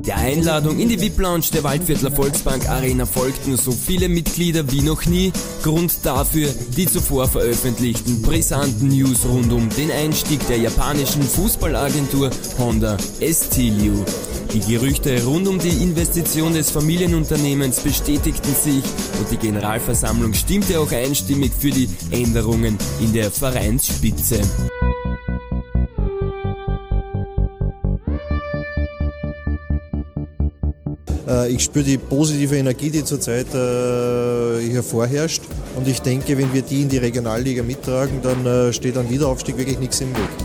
Der Einladung in die VIP-Lounge der Waldviertler Volksbank Arena folgten so viele Mitglieder wie noch nie. Grund dafür die zuvor veröffentlichten brisanten News rund um den Einstieg der japanischen Fußballagentur Honda Steel. Die Gerüchte rund um die Investition des Familienunternehmens bestätigten sich und die Generalversammlung stimmte auch einstimmig für die Änderungen in der Vereinsspitze. Ich spüre die positive Energie, die zurzeit hier vorherrscht. Und ich denke, wenn wir die in die Regionalliga mittragen, dann steht am Wiederaufstieg wirklich nichts im Weg.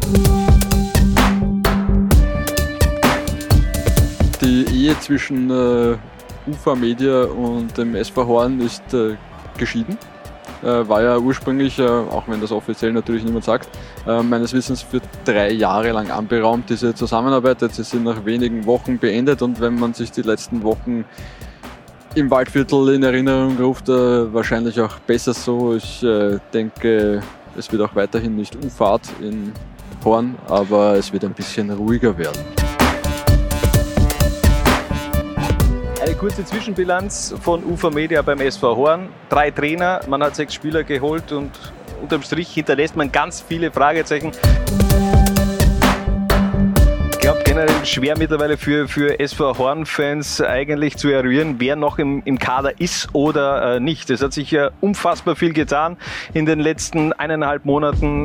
Die Ehe zwischen UFA Media und dem SV Horn ist geschieden. War ja ursprünglich, auch wenn das offiziell natürlich niemand sagt, meines Wissens für 3 Jahre lang anberaumt, diese Zusammenarbeit. Jetzt ist sie nach wenigen Wochen beendet und wenn man sich die letzten Wochen im Waldviertel in Erinnerung ruft, wahrscheinlich auch besser so. Ich denke, es wird auch weiterhin nicht Ufahrt in Horn, aber es wird ein bisschen ruhiger werden. Eine kurze Zwischenbilanz von UFA Media beim SV Horn. 3 Trainer, man hat 6 Spieler geholt und unterm Strich hinterlässt man ganz viele Fragezeichen. Ich glaube generell schwer mittlerweile für SV Horn-Fans eigentlich zu eruieren, wer noch im Kader ist oder nicht. Es hat sich ja unfassbar viel getan in den letzten 1,5 Monaten.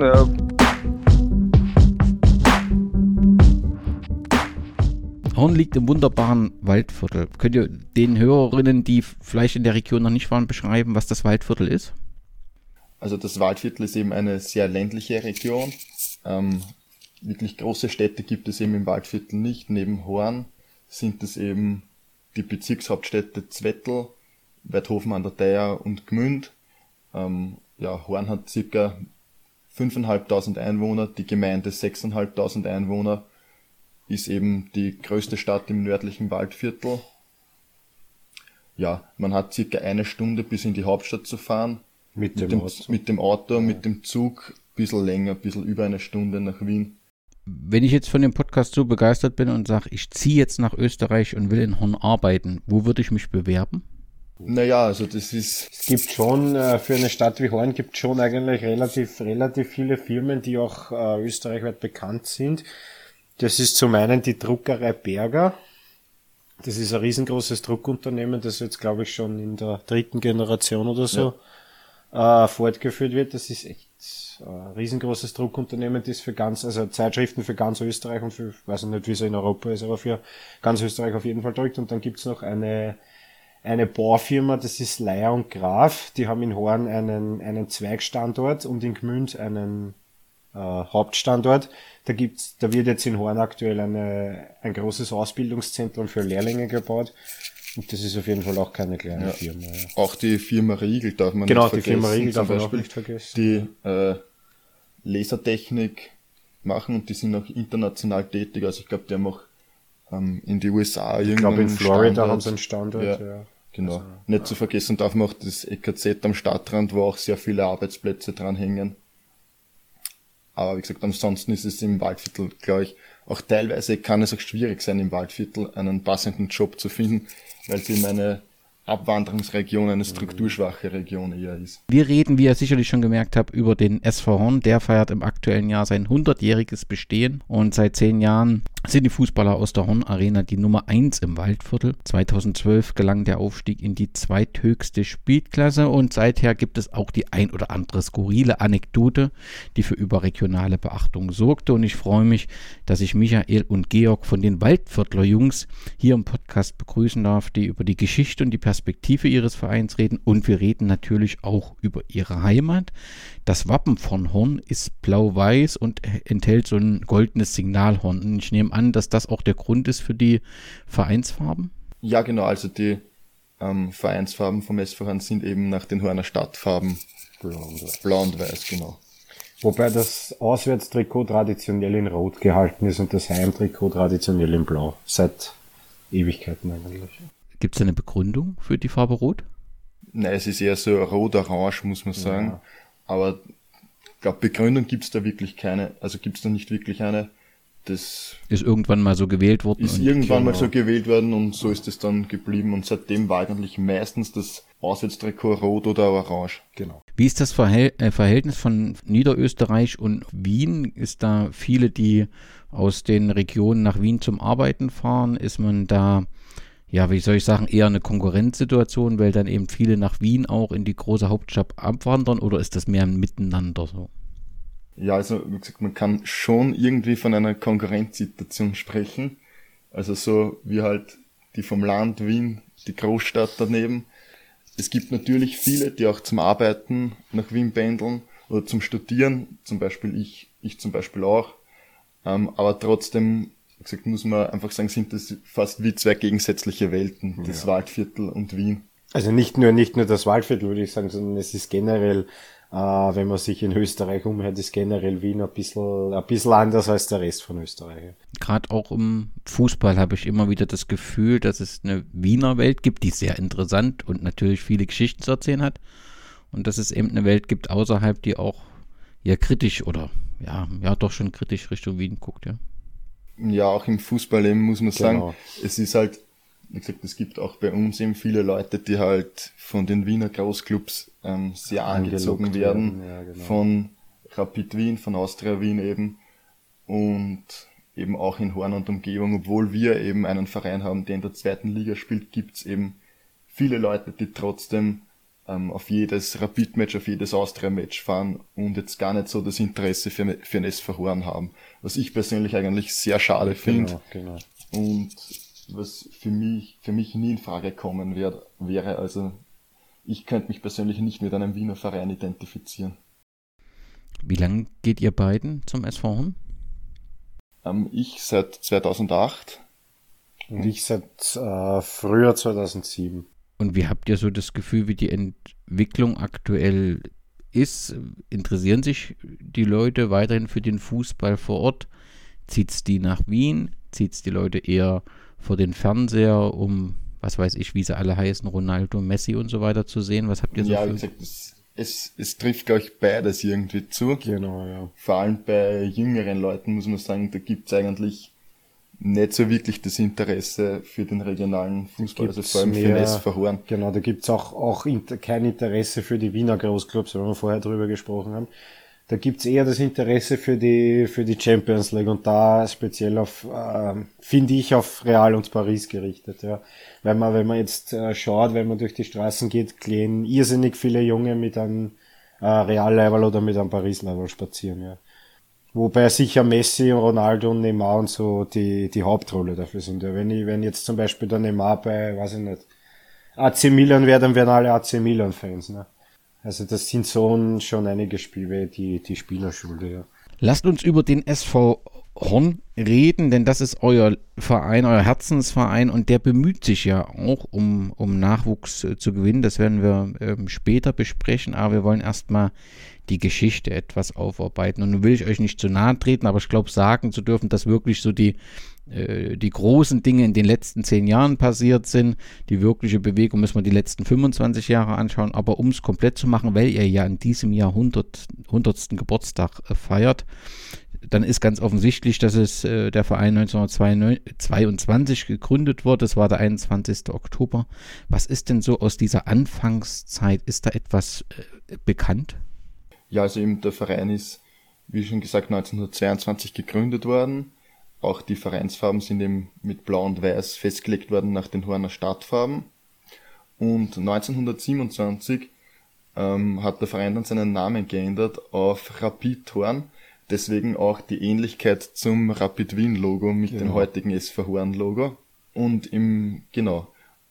Horn liegt im wunderbaren Waldviertel. Könnt ihr den Hörerinnen, die vielleicht in der Region noch nicht waren, beschreiben, was das Waldviertel ist? Also das Waldviertel ist eben eine sehr ländliche Region. Wirklich große Städte gibt es eben im Waldviertel nicht. Neben Horn sind es eben die Bezirkshauptstädte Zwettl, Weidhofen an der Theier und Gmünd. Horn hat ca. 5.500 Einwohner, die Gemeinde 6.500 Einwohner. Ist eben die größte Stadt im nördlichen Waldviertel. Ja, man hat circa 1 Stunde bis in die Hauptstadt zu fahren. Mit dem Auto, mit dem Zug, ein bisschen länger, ein bisschen über 1 Stunde nach Wien. Wenn ich jetzt von dem Podcast so begeistert bin und sage, ich ziehe jetzt nach Österreich und will in Horn arbeiten, wo würde ich mich bewerben? Naja, also das ist... Es gibt schon, für eine Stadt wie Horn gibt es schon eigentlich relativ viele Firmen, die auch österreichweit bekannt sind. Das ist zum einen die Druckerei Berger. Das ist ein riesengroßes Druckunternehmen, das jetzt, glaube ich, schon in der 3. Generation oder so fortgeführt wird. Das ist echt ein riesengroßes Druckunternehmen, das für Zeitschriften für ganz Österreich und für, ich weiß nicht, wie es in Europa ist, aber für ganz Österreich auf jeden Fall druckt. Und dann gibt's noch eine Baufirma, das ist Leier und Graf. Die haben in Horn einen Zweigstandort und in Gmünd einen Hauptstandort. Da wird jetzt in Horn aktuell ein großes Ausbildungszentrum für Lehrlinge gebaut. Und das ist auf jeden Fall auch keine kleine Firma. Ja. Auch die Firma Riegel darf man nicht vergessen. Genau, die Firma Riegel darf man auch nicht vergessen. Die Lasertechnik machen und die sind auch international tätig. Also ich glaube, die haben auch in die USA irgendwann. Ich glaube, in Florida haben sie einen Standort. Ja. Genau. Also, nicht zu vergessen darf man auch das EKZ am Stadtrand, wo auch sehr viele Arbeitsplätze dran hängen. Aber wie gesagt, ansonsten ist es im Waldviertel, glaube ich, auch teilweise kann es auch schwierig sein, im Waldviertel einen passenden Job zu finden, weil es eben eine Abwanderungsregion, eine strukturschwache Region eher ist. Wir reden, wie ihr sicherlich schon gemerkt habt, über den SV Horn. Der feiert im aktuellen Jahr sein 100-jähriges Bestehen und seit 10 Jahren sind die Fußballer aus der Horn Arena die Nummer 1 im Waldviertel. 2012 gelang der Aufstieg in die zweithöchste Spielklasse und seither gibt es auch die ein oder andere skurrile Anekdote, die für überregionale Beachtung sorgte. Und ich freue mich, dass ich Michael und Georg von den Waldviertler Jungs hier im Podcast begrüßen darf, die über die Geschichte und die Perspektive ihres Vereins reden. Und wir reden natürlich auch über ihre Heimat. Das Wappen von Horn ist blau-weiß und enthält so ein goldenes Signalhorn. Und ich nehme an, dass das auch der Grund ist für die Vereinsfarben? Ja, genau. Also die Vereinsfarben vom SV Horn sind eben nach den Horner Stadtfarben blau und weiß, genau. Wobei das Auswärtstrikot traditionell in Rot gehalten ist und das Heimtrikot traditionell in Blau. Seit Ewigkeiten eigentlich. Gibt es eine Begründung für die Farbe Rot? Nein, es ist eher so rot-orange, muss man sagen. Ja. Aber ich glaube, Begründung gibt's da wirklich keine. Also gibt's da nicht wirklich eine. das ist irgendwann mal so gewählt worden. Ist irgendwann mal so gewählt worden und so ist es dann geblieben und seitdem war eigentlich meistens das Auswärtstrikot rot oder orange. Genau. Wie ist das Verhältnis von Niederösterreich und Wien? Ist da viele, die aus den Regionen nach Wien zum Arbeiten fahren? Ist man da, ja, wie soll ich sagen, eher eine Konkurrenzsituation, weil dann eben viele nach Wien auch in die große Hauptstadt abwandern oder ist das mehr ein Miteinander so? Ja, also wie gesagt, man kann schon irgendwie von einer Konkurrenzsituation sprechen. Also so wie halt die vom Land Wien, die Großstadt daneben. Es gibt natürlich viele, die auch zum Arbeiten nach Wien pendeln oder zum Studieren, zum Beispiel ich zum Beispiel auch. Aber trotzdem, wie gesagt, muss man einfach sagen, sind das fast wie zwei gegensätzliche Welten, das Waldviertel und Wien. Also nicht nur das Waldviertel, würde ich sagen, sondern es ist generell, wenn man sich in Österreich umhört, ist generell Wien ein bisschen anders als der Rest von Österreich. Gerade auch im Fußball habe ich immer wieder das Gefühl, dass es eine Wiener Welt gibt, die sehr interessant und natürlich viele Geschichten zu erzählen hat. Und dass es eben eine Welt gibt außerhalb, die auch ja kritisch oder ja doch schon kritisch Richtung Wien guckt, ja. Ja, auch im Fußball eben muss man sagen, es ist halt, wie gesagt, es gibt auch bei uns eben viele Leute, die halt von den Wiener Großclubs sehr angezogen werden. Ja, genau. Von Rapid Wien, von Austria Wien eben und eben auch in Horn und Umgebung, obwohl wir eben einen Verein haben, der in der 2. Liga spielt, gibt's eben viele Leute, die trotzdem auf jedes Rapid-Match, auf jedes Austria-Match fahren und jetzt gar nicht so das Interesse für ein SV Horn haben. Was ich persönlich eigentlich sehr schade finde. Genau. Und was für mich nie in Frage kommen wäre. Also ich könnte mich persönlich nicht mit einem Wiener Verein identifizieren. Wie lange geht ihr beiden zum SV Horn? Ich seit 2008. Und ich seit Frühjahr 2007. Und wie habt ihr so das Gefühl, wie die Entwicklung aktuell ist? Interessieren sich die Leute weiterhin für den Fußball vor Ort? Zieht's die nach Wien? Zieht's die Leute eher vor den Fernseher, um, was weiß ich, wie sie alle heißen, Ronaldo, Messi und so weiter zu sehen? Was habt ihr so für? Ja, wie gesagt, es trifft, glaube ich, beides irgendwie zu. Genau, ja. Vor allem bei jüngeren Leuten muss man sagen, da gibt's eigentlich nicht so wirklich das Interesse für den regionalen Fußball, also vor allem für den SV Horn. Genau, da gibt's auch kein Interesse für die Wiener Großclubs, wenn wir vorher drüber gesprochen haben. Da gibt's eher das Interesse für die Champions League und da speziell finde ich, auf Real und Paris gerichtet, ja. Wenn man jetzt schaut, wenn man durch die Straßen geht, gehen irrsinnig viele Junge mit einem Real-Level oder mit einem Paris-Level spazieren, ja. Wobei sicher Messi und Ronaldo und Neymar und so die Hauptrolle dafür sind. Ja, wenn jetzt zum Beispiel der Neymar bei, weiß ich nicht, AC Milan wäre, dann wären alle AC Milan Fans, ne? Also das sind schon einige Spiele, die Spielerschule, ja. Lasst uns über den SV Horn reden, denn das ist euer Verein, euer Herzensverein und der bemüht sich ja auch um Nachwuchs zu gewinnen. Das werden wir später besprechen, aber wir wollen erstmal die Geschichte etwas aufarbeiten. Und nun will ich euch nicht zu nahe treten, aber ich glaube, sagen zu dürfen, dass wirklich so die großen Dinge in den letzten 10 Jahren passiert sind. Die wirkliche Bewegung müssen wir die letzten 25 Jahre anschauen. Aber um es komplett zu machen, weil ihr ja in diesem Jahr 100. Geburtstag feiert, dann ist ganz offensichtlich, dass es der Verein 1922 gegründet wurde. Das war der 21. Oktober. Was ist denn so aus dieser Anfangszeit? Ist da etwas bekannt? Ja, also eben der Verein ist, wie schon gesagt, 1922 gegründet worden. Auch die Vereinsfarben sind eben mit Blau und Weiß festgelegt worden nach den Horner Stadtfarben. Und 1927 hat der Verein dann seinen Namen geändert auf Rapid Horn. Deswegen auch die Ähnlichkeit zum Rapid Wien Logo mit dem heutigen SV Horn Logo. Und im Jahr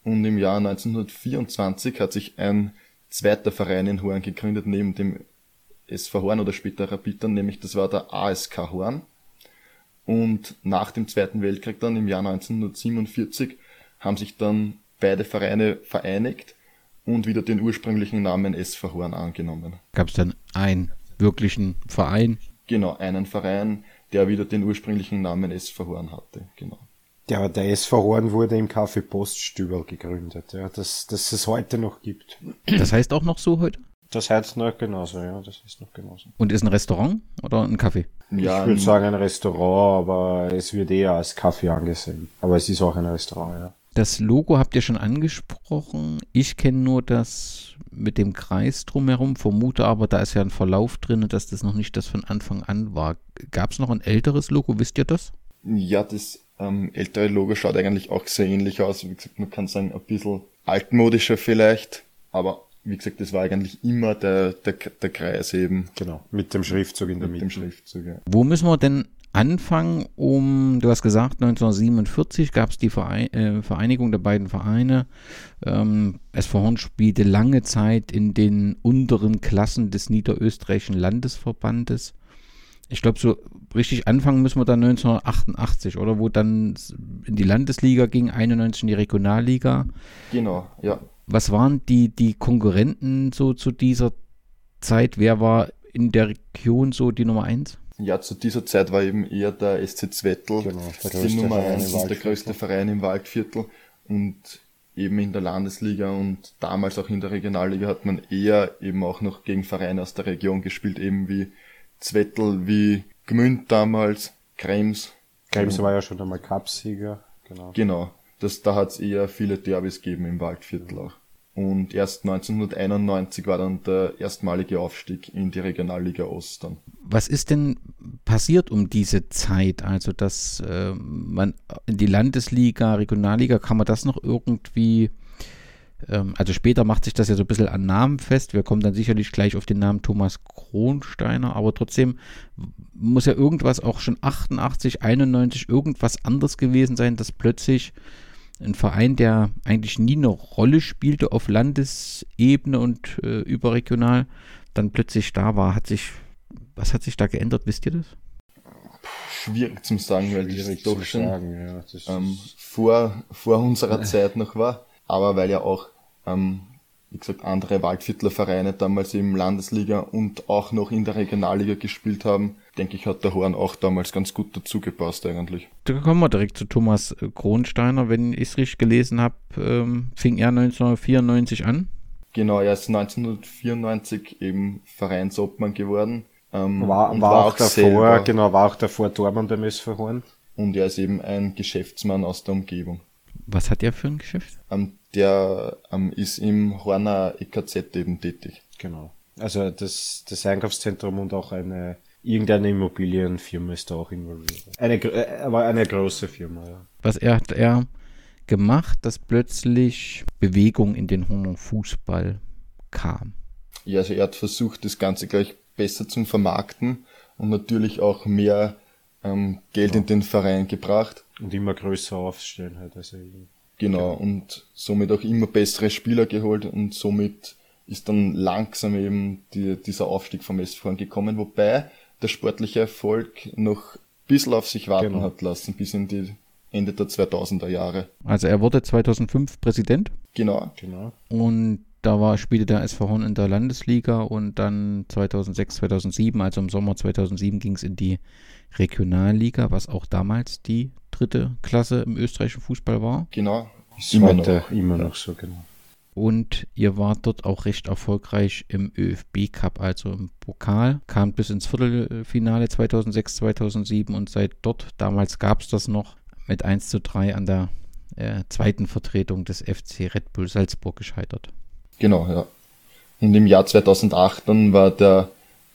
1924 hat sich ein zweiter Verein in Horn gegründet, neben dem SV Horn oder später Rapid dann, nämlich das war der ASK Horn. Und nach dem Zweiten Weltkrieg dann im Jahr 1947 haben sich dann beide Vereine vereinigt und wieder den ursprünglichen Namen SV Horn angenommen. Gab es dann einen wirklichen Verein? Genau, einen Verein, der wieder den ursprünglichen Namen SV Horn hatte, genau. Ja, der SV Horn wurde im Café Poststüberl gegründet, ja, das es heute noch gibt. Das heißt auch noch so heute? Das heißt noch genauso, ja, das ist noch genauso. Und ist ein Restaurant oder ein Café? Ja, Ich würde sagen ein Restaurant, aber es wird eher als Kaffee angesehen. Aber es ist auch ein Restaurant, ja. Das Logo habt ihr schon angesprochen. Ich kenne nur das mit dem Kreis drumherum, vermute aber, da ist ja ein Verlauf drin, dass das noch nicht das von Anfang an war. Gab es noch ein älteres Logo, wisst ihr das? Ja, das ältere Logo schaut eigentlich auch sehr ähnlich aus. Wie gesagt, man kann sagen, ein bisschen altmodischer vielleicht, aber wie gesagt, das war eigentlich immer der Kreis eben. Genau, mit dem Schriftzug in der Mitte. Mit dem Schriftzug, ja. Wo müssen wir denn anfangen, du hast gesagt, 1947 gab es die Vereinigung der beiden Vereine. SV Horn spielte lange Zeit in den unteren Klassen des Niederösterreichischen Landesverbandes. Ich glaube, so richtig anfangen müssen wir dann 1988, oder? Wo dann in die Landesliga ging, 91 in die Regionalliga. Genau, ja. Was waren die Konkurrenten so zu dieser Zeit? Wer war in der Region so die Nummer 1? Ja, zu dieser Zeit war eben eher der SC Zwettl, die Nummer 1 und der größte Verein im Waldviertel. Und eben in der Landesliga und damals auch in der Regionalliga hat man eher eben auch noch gegen Vereine aus der Region gespielt, eben wie Zwettl, wie Gmünd damals, Krems. Krems war ja schon einmal Cupsieger, genau. Genau, da hat es eher viele Derbys gegeben im Waldviertel auch. Und erst 1991 war dann der erstmalige Aufstieg in die Regionalliga Ost dann. Was ist denn passiert um diese Zeit? Also, dass man in die Landesliga, Regionalliga, kann man das noch irgendwie, also später macht sich das ja so ein bisschen an Namen fest. Wir kommen dann sicherlich gleich auf den Namen Thomas Kronsteiner, aber trotzdem muss ja irgendwas auch schon 88, 91 irgendwas anderes gewesen sein, dass plötzlich ein Verein, der eigentlich nie eine Rolle spielte auf Landesebene und überregional, dann plötzlich da war. Was hat sich da geändert, wisst ihr das? Schwierig zu sagen, weil das doch schon ja, vor unserer Zeit noch war. Aber weil ja auch, wie gesagt, andere Waldviertler Vereine damals im Landesliga und auch noch in der Regionalliga gespielt haben, denke ich, hat der Horn auch damals ganz gut dazu gepasst eigentlich. Da kommen wir direkt zu Thomas Kronsteiner. Wenn ich es richtig gelesen habe, fing er 1994 an. Genau, er ist 1994 eben Vereinsobmann geworden. War auch davor Tormann beim SV Horn. Und er ist eben ein Geschäftsmann aus der Umgebung. Was hat er für ein Geschäft? Der ist im Horner EKZ eben tätig. Genau. Also das Einkaufszentrum und auch irgendeine Immobilienfirma ist da auch involviert. Aber eine große Firma, ja. Was hat er gemacht, dass plötzlich Bewegung in den Horner Fußball kam? Ja, also er hat versucht, das Ganze gleich besser zu vermarkten und natürlich auch mehr Geld in den Verein gebracht. Und immer größer aufstellen halt. Also genau, und somit auch immer bessere Spieler geholt und somit ist dann langsam eben dieser Aufstieg vom SV gekommen, wobei der sportliche Erfolg noch ein bisschen auf sich warten hat lassen, bis in die Ende der 2000er Jahre. Also er wurde 2005 Präsident? Genau. Und da spielte der SV Horn in der Landesliga und dann 2006, 2007, also im Sommer 2007 ging es in die Regionalliga, was auch damals die 3. Klasse im österreichischen Fußball war. Genau. Ist immer noch so, genau. Und ihr wart dort auch recht erfolgreich im ÖFB Cup, also im Pokal, kam bis ins Viertelfinale 2006, 2007 und seit dort, damals gab es das noch, mit 1:3 an der zweiten Vertretung des FC Red Bull Salzburg gescheitert. Genau, ja. In dem Jahr 2008 dann war der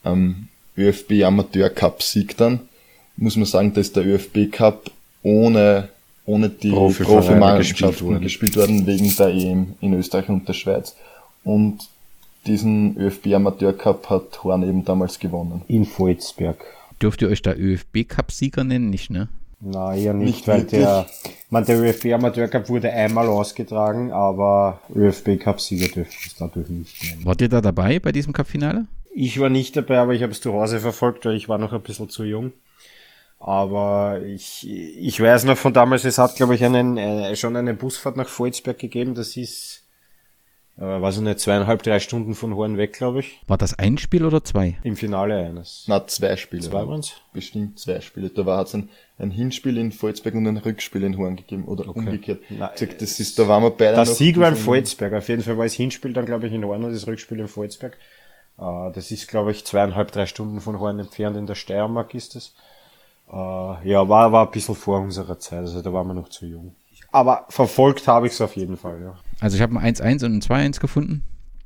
ÖFB Amateur Cup Sieg dann. Muss man sagen, dass der ÖFB Cup ohne die Profimannschaften gespielt worden wegen der EM in Österreich und der Schweiz. Und diesen ÖFB Amateur Cup hat Horn eben damals gewonnen. In Volzberg. Dürft ihr euch da ÖFB Cup Sieger nennen? Nicht, ne? Nein, eher nicht, weil der ÖFB Amateur Cup wurde einmal ausgetragen, aber ÖFB Cup Sieger dürfen es dadurch nicht nennen. Wart ihr da dabei bei diesem Cup-Finale? Ich war nicht dabei, aber ich habe es zu Hause verfolgt, weil ich war noch ein bisschen zu jung. Aber ich weiß noch von damals, es hat, glaube ich, schon eine Busfahrt nach Volzberg gegeben. Das ist, weiß ich nicht, 2,5-3 Stunden von Horn weg, glaube ich. War das ein Spiel oder 2? Im Finale eines. Na, 2 Spiele. 2 waren's? Bestimmt 2 Spiele. Da hat es ein Hinspiel in Volzberg und ein Rückspiel in Horn gegeben. Oder umgekehrt. Nein, da waren wir beide das noch. Sieg war in Volzberg. Auf jeden Fall war das Hinspiel dann, glaube ich, in Horn und das Rückspiel in Volzberg. Das ist, glaube ich, 2,5-3 Stunden von Horn entfernt, in der Steiermark ist es. Ja, war ein bisschen vor unserer Zeit, also da waren wir noch zu jung. Aber verfolgt habe ich es auf jeden Fall, ja. Also ich habe ein 1-1 und ein 2-1 gefunden.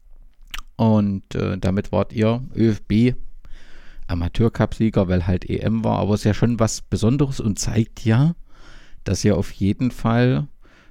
Und damit wart ihr ÖFB Amateurcup-Sieger, weil halt EM war. Aber es ist ja schon was Besonderes und zeigt ja, dass ihr auf jeden Fall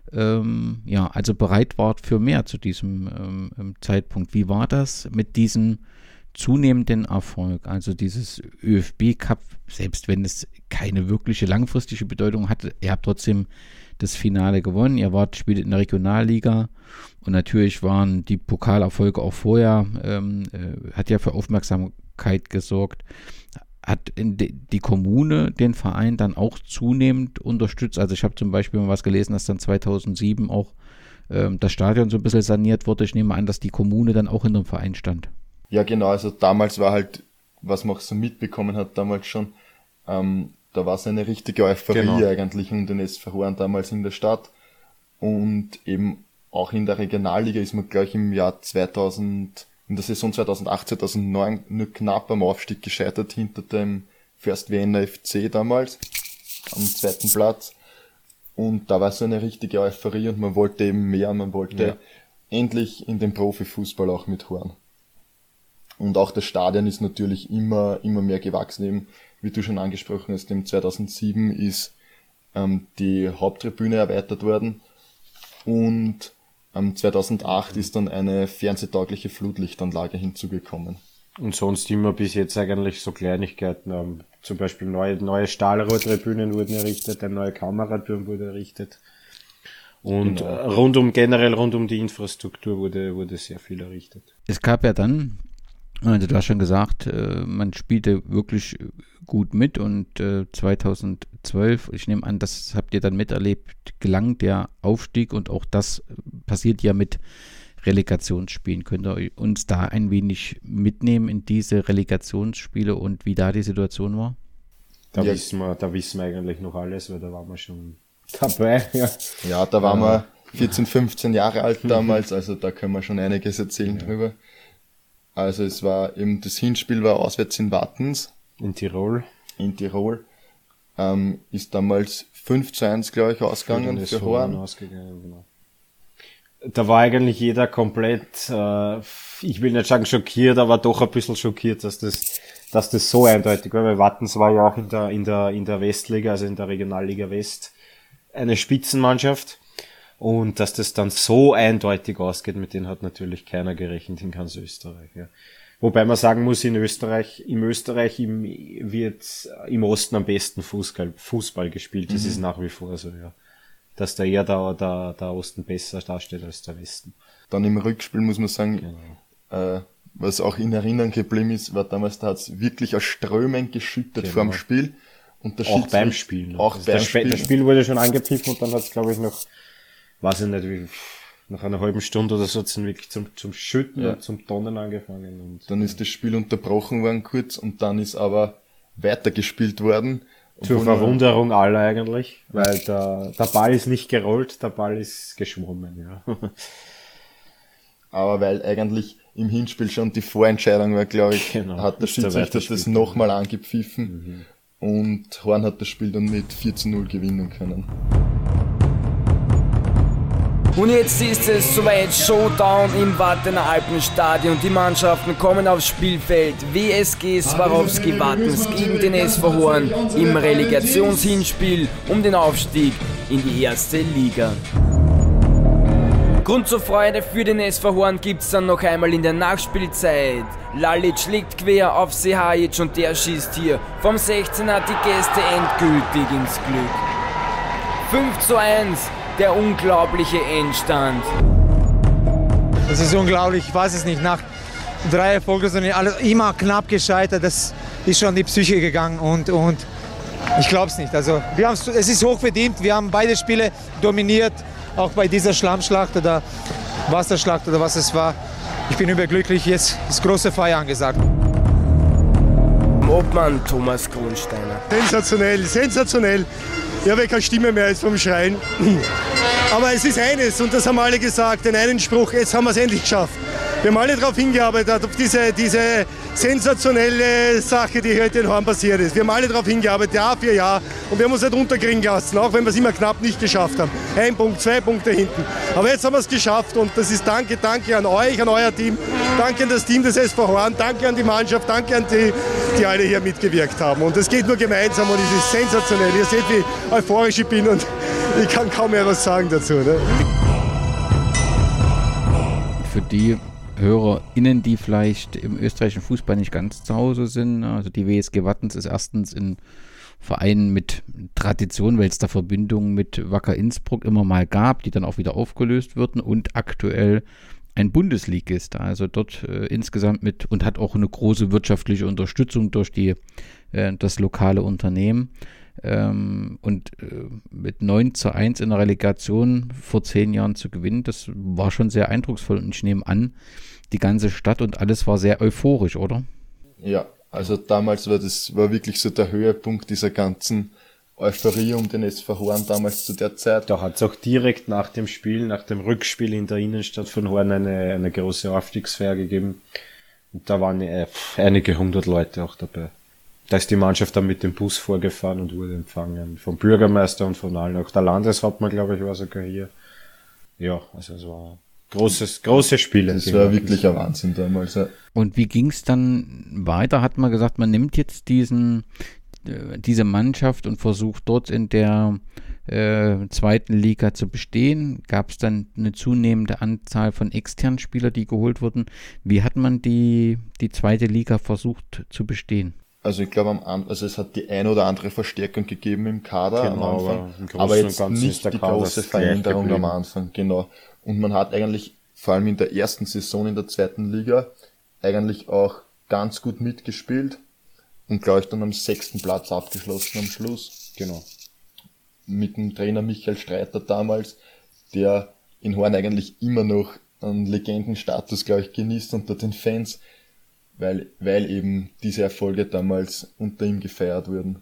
also bereit wart für mehr zu diesem Zeitpunkt. Wie war das mit diesem zunehmenden Erfolg? Also dieses ÖFB-Cup, selbst wenn es keine wirkliche langfristige Bedeutung hatte, ihr habt trotzdem das Finale gewonnen. Ihr spielt in der Regionalliga und natürlich waren die Pokalerfolge auch vorher, hat ja für Aufmerksamkeit gesorgt. Hat die Kommune den Verein dann auch zunehmend unterstützt? Also ich habe zum Beispiel mal was gelesen, dass dann 2007 auch das Stadion so ein bisschen saniert wurde. Ich nehme an, dass die Kommune dann auch hinter dem Verein stand. Ja genau, also damals war halt, was man auch so mitbekommen hat damals schon, da war es eine richtige Euphorie eigentlich um den SV Horn damals in der Stadt. Und eben auch in der Regionalliga ist man gleich im Jahr 2000, in der Saison 2008/2009 nur knapp am Aufstieg gescheitert hinter dem First Wiener FC damals, am 2. Platz. Und da war so eine richtige Euphorie und man wollte eben mehr, man wollte endlich in den Profifußball auch mit Horn. Und auch das Stadion ist natürlich immer mehr gewachsen. Eben, wie du schon angesprochen hast, im 2007 ist die Haupttribüne erweitert worden und 2008 ist dann eine fernsehtaugliche Flutlichtanlage hinzugekommen. Und sonst immer bis jetzt eigentlich so Kleinigkeiten. Zum Beispiel neue Stahlrohrtribünen wurden errichtet, ein neuer Kameraturm wurde errichtet. Und rund um die Infrastruktur wurde sehr viel errichtet. Es gab ja dann, also du hast schon gesagt, man spielte wirklich gut mit und 2012, ich nehme an, das habt ihr dann miterlebt, gelang der Aufstieg und auch das passiert ja mit Relegationsspielen. Könnt ihr uns da ein wenig mitnehmen in diese Relegationsspiele und wie da die Situation war? Da wissen wir eigentlich noch alles, weil da waren wir schon dabei. Ja, da waren wir 14, 15 Jahre alt damals, also da können wir schon einiges erzählen drüber. Also es war eben, das Hinspiel war auswärts in Wattens. In Tirol. Ist damals 5:1, glaube ich, ausgegangen für Horn. Genau. Da war eigentlich jeder komplett, ich will nicht sagen schockiert, aber doch ein bisschen schockiert, dass das so eindeutig war, weil Wattens war ja auch in der Westliga, also in der Regionalliga West, eine Spitzenmannschaft. Und dass das dann so eindeutig ausgeht, mit denen hat natürlich keiner gerechnet in ganz Österreich. Ja. Wobei man sagen muss, im Österreich wird im Osten am besten Fußball gespielt. Das ist nach wie vor so, ja. Dass da eher der Osten besser dasteht als der Westen. Dann im Rückspiel muss man sagen, was auch in Erinnerung geblieben ist, war damals, da hat es wirklich aus Strömen geschüttet vor dem Spiel. Und der auch beim Spiel. Ne? Auch beim Spiel. Das Spiel wurde schon angepfiffen und dann hat es, glaube ich, noch, weiß ich nicht, nach einer halben Stunde oder so sind wirklich zum Schütten und zum Tonnen angefangen. Und dann ist das Spiel unterbrochen worden kurz und dann ist aber weitergespielt worden. Zur Verwunderung aller eigentlich, weil der Ball ist nicht gerollt, der Ball ist geschwommen, ja. Aber weil eigentlich im Hinspiel schon die Vorentscheidung war, glaube ich, hat der Schiedsrichter das nochmal angepfiffen und Horn hat das Spiel dann mit 4:0 gewinnen können. Und jetzt ist es soweit, Showdown im Wattener Alpenstadion. Die Mannschaften kommen aufs Spielfeld. WSG Swarovski Wattens gegen den SV Horn im Relegationshinspiel um den Aufstieg in die erste Liga. Grund zur Freude für den SV Horn gibt's dann noch einmal in der Nachspielzeit. Lalic liegt quer auf Sehajic und der schießt hier vom 16er die Gäste endgültig ins Glück. 5:1. Der unglaubliche Endstand. Das ist unglaublich, ich weiß es nicht. Nach 3 Erfolgen sind alles immer knapp gescheitert. Das ist schon die Psyche gegangen und ich glaube es nicht. Also es ist hochverdient. Wir haben beide Spiele dominiert, auch bei dieser Schlammschlacht oder Wasserschlacht oder was es war. Ich bin überglücklich. Jetzt ist große Feier angesagt. Obmann Thomas Grunsteiner. Sensationell. Ich habe keine Stimme mehr jetzt vom Schreien. Aber es ist eines, und das haben alle gesagt, den einen Spruch, jetzt haben wir es endlich geschafft. Wir haben alle darauf hingearbeitet, auf diese sensationelle Sache, die heute in Horn passiert ist. Wir haben alle darauf hingearbeitet, Jahr für Jahr. Und wir haben uns nicht unterkriegen lassen, auch wenn wir es immer knapp nicht geschafft haben. 1 Punkt, 2 Punkte hinten. Aber jetzt haben wir es geschafft und das ist Danke an euch, an euer Team. Danke an das Team des SV Horn, danke an die Mannschaft, danke an die alle hier mitgewirkt haben. Und es geht nur gemeinsam und es ist sensationell. Ihr seht, wie euphorisch ich bin und ich kann kaum mehr was sagen dazu. Ne? Für die HörerInnen, die vielleicht im österreichischen Fußball nicht ganz zu Hause sind, also die WSG Wattens ist erstens ein Verein mit Tradition, weil es da Verbindungen mit Wacker Innsbruck immer mal gab, die dann auch wieder aufgelöst wurden und aktuell ein Bundesligist, also dort insgesamt mit und hat auch eine große wirtschaftliche Unterstützung durch das lokale Unternehmen. Und mit 9:1 in der Relegation vor 10 Jahren zu gewinnen, das war schon sehr eindrucksvoll und ich nehme an, die ganze Stadt und alles war sehr euphorisch, oder? Ja, also damals war wirklich so der Höhepunkt dieser ganzen Euphorie um den SV Horn damals zu der Zeit. Da hat es auch direkt nach dem Spiel, nach dem Rückspiel in der Innenstadt von Horn eine große Aufstiegsfeier gegeben und da waren einige 100 Leute auch dabei. Da ist die Mannschaft dann mit dem Bus vorgefahren und wurde empfangen vom Bürgermeister und von allen. Auch der Landeshauptmann, glaube ich, war sogar hier. Ja, also es war große Spiele. Das war wirklich ein Wahnsinn damals. Ja. Und wie ging es dann weiter? Hat man gesagt, man nimmt jetzt diese Mannschaft und versucht dort in der zweiten Liga zu bestehen? Gab es dann eine zunehmende Anzahl von externen Spielern, die geholt wurden? Wie hat man die zweite Liga versucht zu bestehen? Also ich glaube, es hat die ein oder andere Verstärkung gegeben im Kader am Anfang, aber jetzt nicht die große Veränderung am Anfang, genau. Und man hat eigentlich, vor allem in der ersten Saison in der zweiten Liga, eigentlich auch ganz gut mitgespielt und glaube ich dann am 6. Platz abgeschlossen am Schluss. Genau. Mit dem Trainer Michael Streiter damals, der in Horn eigentlich immer noch einen Legendenstatus, glaube ich, genießt unter den Fans, weil eben diese Erfolge damals unter ihm gefeiert wurden.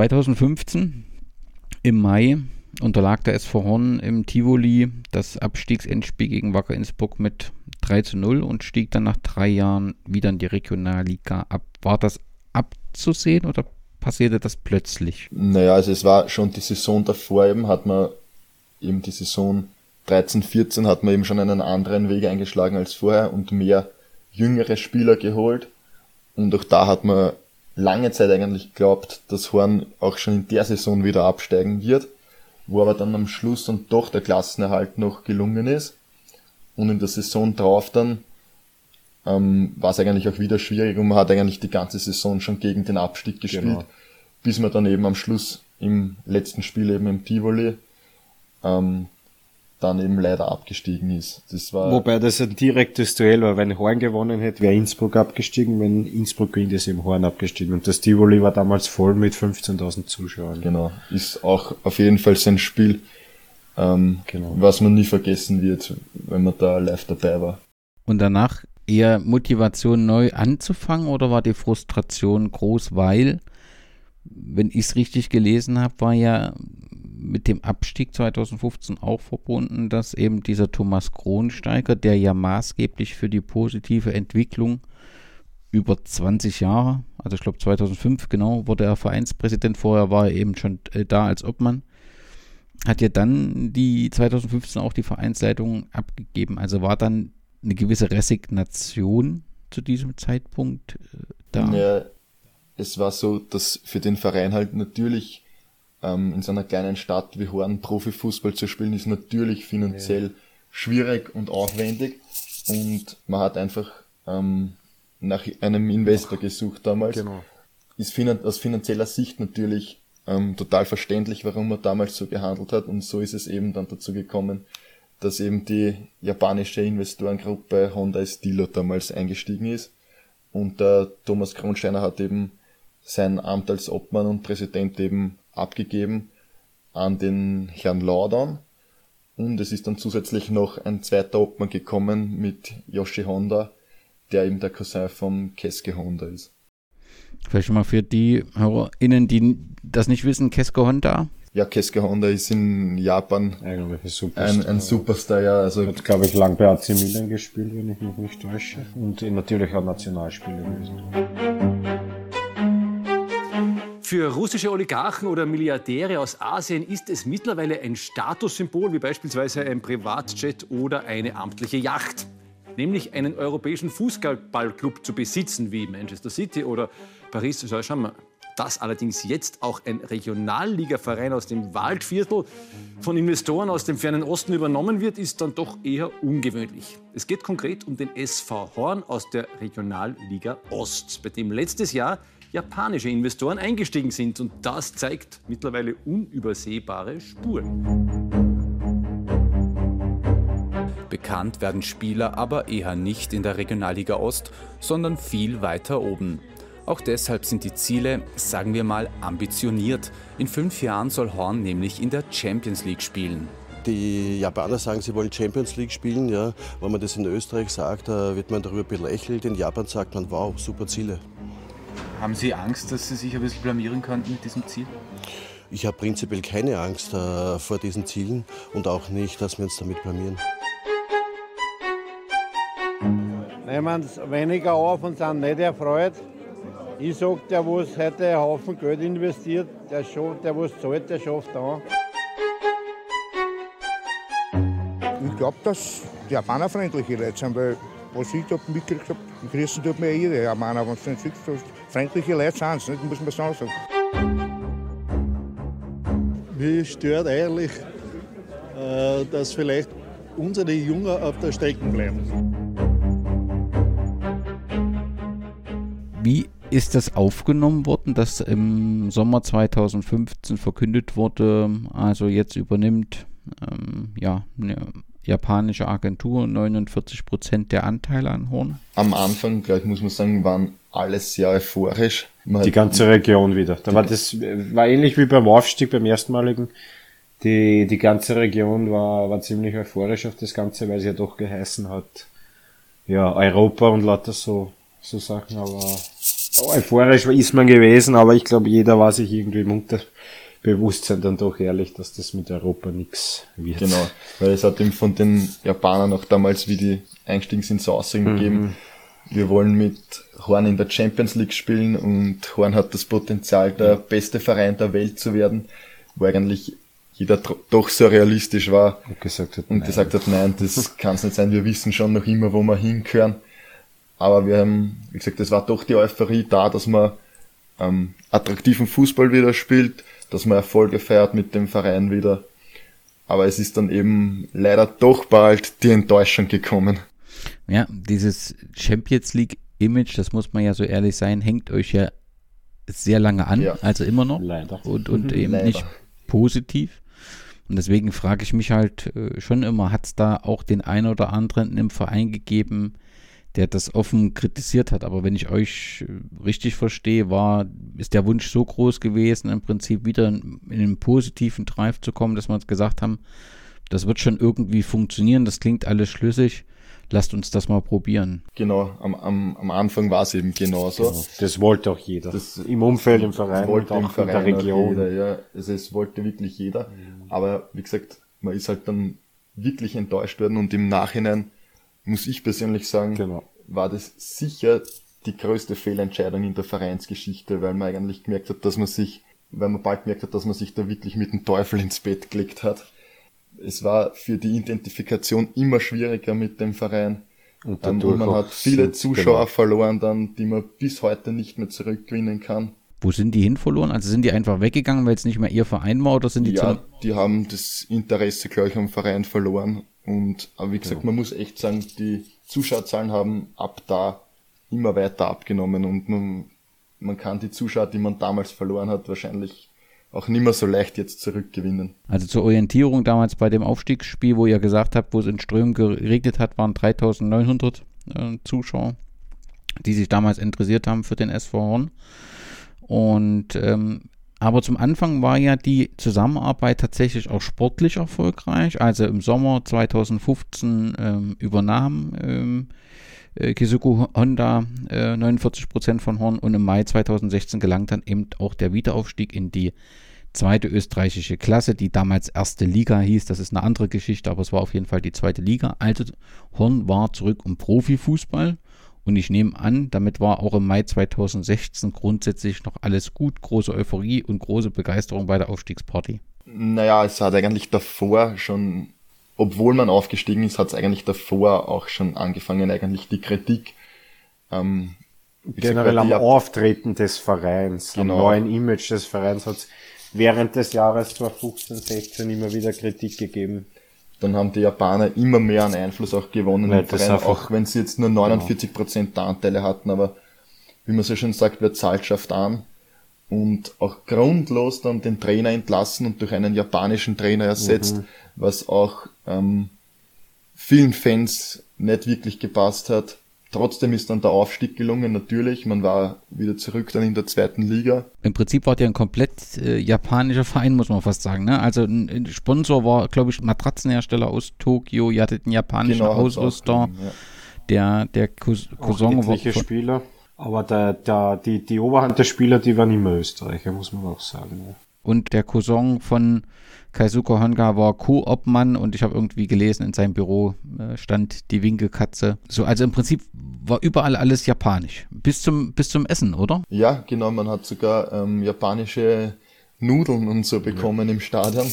2015 im Mai unterlag der SV Horn im Tivoli das Abstiegsendspiel gegen Wacker Innsbruck mit 3:0 und stieg dann nach 3 Jahren wieder in die Regionalliga ab. War das abzusehen oder passierte das plötzlich? Naja, also es war schon die Saison davor hat man eben die Saison 13/14 hat man eben schon einen anderen Weg eingeschlagen als vorher und mehr jüngere Spieler geholt und auch da hat man lange Zeit eigentlich geglaubt, dass Horn auch schon in der Saison wieder absteigen wird, wo aber dann am Schluss dann doch der Klassenerhalt noch gelungen ist und in der Saison drauf dann war es eigentlich auch wieder schwierig und man hat eigentlich die ganze Saison schon gegen den Abstieg gespielt, bis man dann eben am Schluss im letzten Spiel eben im Tivoli dann eben leider abgestiegen ist. Wobei das ein direktes Duell war. Wenn Horn gewonnen hätte, wäre Innsbruck abgestiegen. Wenn Innsbruck gewinnt, ist eben Horn abgestiegen. Und das Tivoli war damals voll mit 15.000 Zuschauern. Genau. Ist auch auf jeden Fall sein Spiel, was man nie vergessen wird, wenn man da live dabei war. Und danach eher Motivation neu anzufangen oder war die Frustration groß, weil, wenn ich es richtig gelesen habe, war ja mit dem Abstieg 2015 auch verbunden, dass eben dieser Thomas Kronsteiger, der ja maßgeblich für die positive Entwicklung über 20 Jahre, also ich glaube 2005 genau, wurde er Vereinspräsident, vorher war er eben schon da als Obmann, hat ja dann 2015 auch die Vereinsleitung abgegeben. Also war dann eine gewisse Resignation zu diesem Zeitpunkt da? Ja, es war so, dass für den Verein halt natürlich in so einer kleinen Stadt wie Horn Profifußball zu spielen, ist natürlich finanziell schwierig und aufwendig und man hat einfach nach einem Investor gesucht damals. Genau. Ist aus finanzieller Sicht natürlich total verständlich, warum man damals so gehandelt hat und so ist es eben dann dazu gekommen, dass eben die japanische Investorengruppe Honda Stilo damals eingestiegen ist und der Thomas Kronsteiner hat eben sein Amt als Obmann und Präsident eben abgegeben an den Herrn Laudon und es ist dann zusätzlich noch ein zweiter Obmann gekommen mit Yoshi Honda, der eben der Cousin vom Keisuke Honda ist. Vielleicht mal für die HörerInnen, die das nicht wissen, Keisuke Honda? Keisuke Honda ist in Japan ein Superstar, ja. Also hat, glaube ich, lang bei AC Milan gespielt, wenn ich mich nicht täusche. Und natürlich auch Nationalspieler gewesen. Für russische Oligarchen oder Milliardäre aus Asien ist es mittlerweile ein Statussymbol, wie beispielsweise ein Privatjet oder eine amtliche Yacht. Nämlich einen europäischen Fußballclub zu besitzen, wie Manchester City oder Paris Saint-Germain. Dass allerdings jetzt auch ein Regionalligaverein aus dem Waldviertel von Investoren aus dem fernen Osten übernommen wird, ist dann doch eher ungewöhnlich. Es geht konkret um den SV Horn aus der Regionalliga Ost, bei dem letztes Jahr japanische Investoren eingestiegen sind. Und das zeigt mittlerweile unübersehbare Spuren. Bekannt werden Spieler aber eher nicht in der Regionalliga Ost, sondern viel weiter oben. Auch deshalb sind die Ziele, sagen wir mal, ambitioniert. In 5 Jahren soll Horn nämlich in der Champions League spielen. Die Japaner sagen, sie wollen Champions League spielen. Ja. Wenn man das in Österreich sagt, wird man darüber belächelt. In Japan sagt man, wow, super Ziele. Haben Sie Angst, dass Sie sich ein bisschen blamieren könnten mit diesem Ziel? Ich habe prinzipiell keine Angst vor diesen Zielen und auch nicht, dass wir uns damit blamieren. Nehmen es weniger auf und sind nicht erfreut. Ich sage, der, der heute einen Haufen Geld investiert, der was zahlt, der schafft auch. Ich glaube, dass die Japaner freundliche Leute sind, weil was ich da mitgekriegt habe, grüßen tut mir jeder Japaner, wenn es nicht siehst, freundliche Leute sind es, muss man sagen. Mich stört eigentlich, dass vielleicht unsere Jungen auf der Strecke bleiben. Wie ist das aufgenommen worden, dass im Sommer 2015 verkündet wurde, also jetzt übernimmt eine japanische Agentur 49% der Anteile an Horn? Am Anfang, gleich muss man sagen, waren alle sehr euphorisch. Die ganze Region wieder. Das war ähnlich wie beim Aufstieg, beim erstmaligen. Die ganze Region war ziemlich euphorisch auf das Ganze, weil es ja doch geheißen hat, ja, Europa und lauter so Sachen, aber euphorisch ist man gewesen, aber ich glaube, jeder war sich irgendwie im Unterbewusstsein dann doch ehrlich, dass das mit Europa nichts wird. Genau, weil es hat eben von den Japanern auch damals, wie die eingestiegen sind, so Aussagen gegeben, wir wollen mit Horn in der Champions League spielen und Horn hat das Potenzial, der beste Verein der Welt zu werden, wo eigentlich jeder doch so realistisch war und gesagt hat, nein, das kann es nicht sein, wir wissen schon noch immer, wo wir hingehören. Aber wir haben, wie gesagt, es war doch die Euphorie da, dass man attraktiven Fußball wieder spielt, dass man Erfolge feiert mit dem Verein wieder. Aber es ist dann eben leider doch bald die Enttäuschung gekommen. Ja, dieses Champions League Image, das muss man ja so ehrlich sein, hängt euch ja sehr lange an, also immer noch. Leider. Und eben leider nicht positiv. Und deswegen frage ich mich halt schon immer, hat es da auch den einen oder anderen im Verein gegeben, der das offen kritisiert hat. Aber wenn ich euch richtig verstehe, ist der Wunsch so groß gewesen, im Prinzip wieder in einen positiven Drive zu kommen, dass wir uns gesagt haben, das wird schon irgendwie funktionieren, das klingt alles schlüssig, lasst uns das mal probieren. Genau, am Anfang war es eben genauso. Genau. Das wollte auch jeder. Im Umfeld, im Verein, wollte und auch im Verein in der Region. Jeder, ja. Also es wollte wirklich jeder. Aber wie gesagt, man ist halt dann wirklich enttäuscht worden und im Nachhinein muss ich persönlich sagen, war das sicher die größte Fehlentscheidung in der Vereinsgeschichte, weil man eigentlich gemerkt hat, dass man sich da wirklich mit dem Teufel ins Bett gelegt hat. Es war für die Identifikation immer schwieriger mit dem Verein. Und man hat viele Zuschauer verloren dann, die man bis heute nicht mehr zurückgewinnen kann. Wo sind die hin verloren? Also sind die einfach weggegangen, weil es nicht mehr ihr Verein war, oder sind die die haben das Interesse gleich am Verein verloren. Aber wie gesagt, man muss echt sagen, die Zuschauerzahlen haben ab da immer weiter abgenommen und man kann die Zuschauer, die man damals verloren hat, wahrscheinlich auch nicht mehr so leicht jetzt zurückgewinnen. Also zur Orientierung damals bei dem Aufstiegsspiel, wo ihr gesagt habt, wo es in Strömen geregnet hat, waren 3.900 Zuschauer, die sich damals interessiert haben für den SV Horn. Und aber zum Anfang war ja die Zusammenarbeit tatsächlich auch sportlich erfolgreich. Also im Sommer 2015 übernahm Keisuke Honda 49% von Horn und im Mai 2016 gelang dann eben auch der Wiederaufstieg in die zweite österreichische Klasse, die damals erste Liga hieß. Das ist eine andere Geschichte, aber es war auf jeden Fall die zweite Liga. Also Horn war zurück im Profifußball. Und ich nehme an, damit war auch im Mai 2016 grundsätzlich noch alles gut, große Euphorie und große Begeisterung bei der Aufstiegsparty. Naja, es hat eigentlich davor schon, obwohl man aufgestiegen ist, hat es eigentlich davor auch schon angefangen, eigentlich die Kritik. Generell am Auftreten des Vereins, genau. Am neuen Image des Vereins hat es während des Jahres 2015-16 immer wieder Kritik gegeben. Dann haben die Japaner immer mehr an Einfluss auch gewonnen im Verein, auch wenn sie jetzt nur 49% der Anteile hatten, aber wie man so schön sagt, wer zahlt, schafft an. Und auch grundlos dann den Trainer entlassen und durch einen japanischen Trainer ersetzt, was auch vielen Fans nicht wirklich gepasst hat. Trotzdem ist dann der Aufstieg gelungen, natürlich. Man war wieder zurück dann in der zweiten Liga. Im Prinzip war der ein komplett japanischer Verein, muss man fast sagen. Ne? Also ein Sponsor war, glaube ich, Matratzenhersteller aus Tokio. Ihr hattet einen japanischen Ausrüster. Der Cousin war Spieler. Aber die Oberhand der Spieler, die waren immer Österreicher, muss man auch sagen. Ja. Und der Cousin von Keisuke Honga war Co-Obmann und ich habe irgendwie gelesen, in seinem Büro stand die Winkelkatze. So, also im Prinzip war überall alles japanisch. Bis zum Essen, oder? Ja, genau. Man hat sogar japanische Nudeln und so bekommen im Stadion.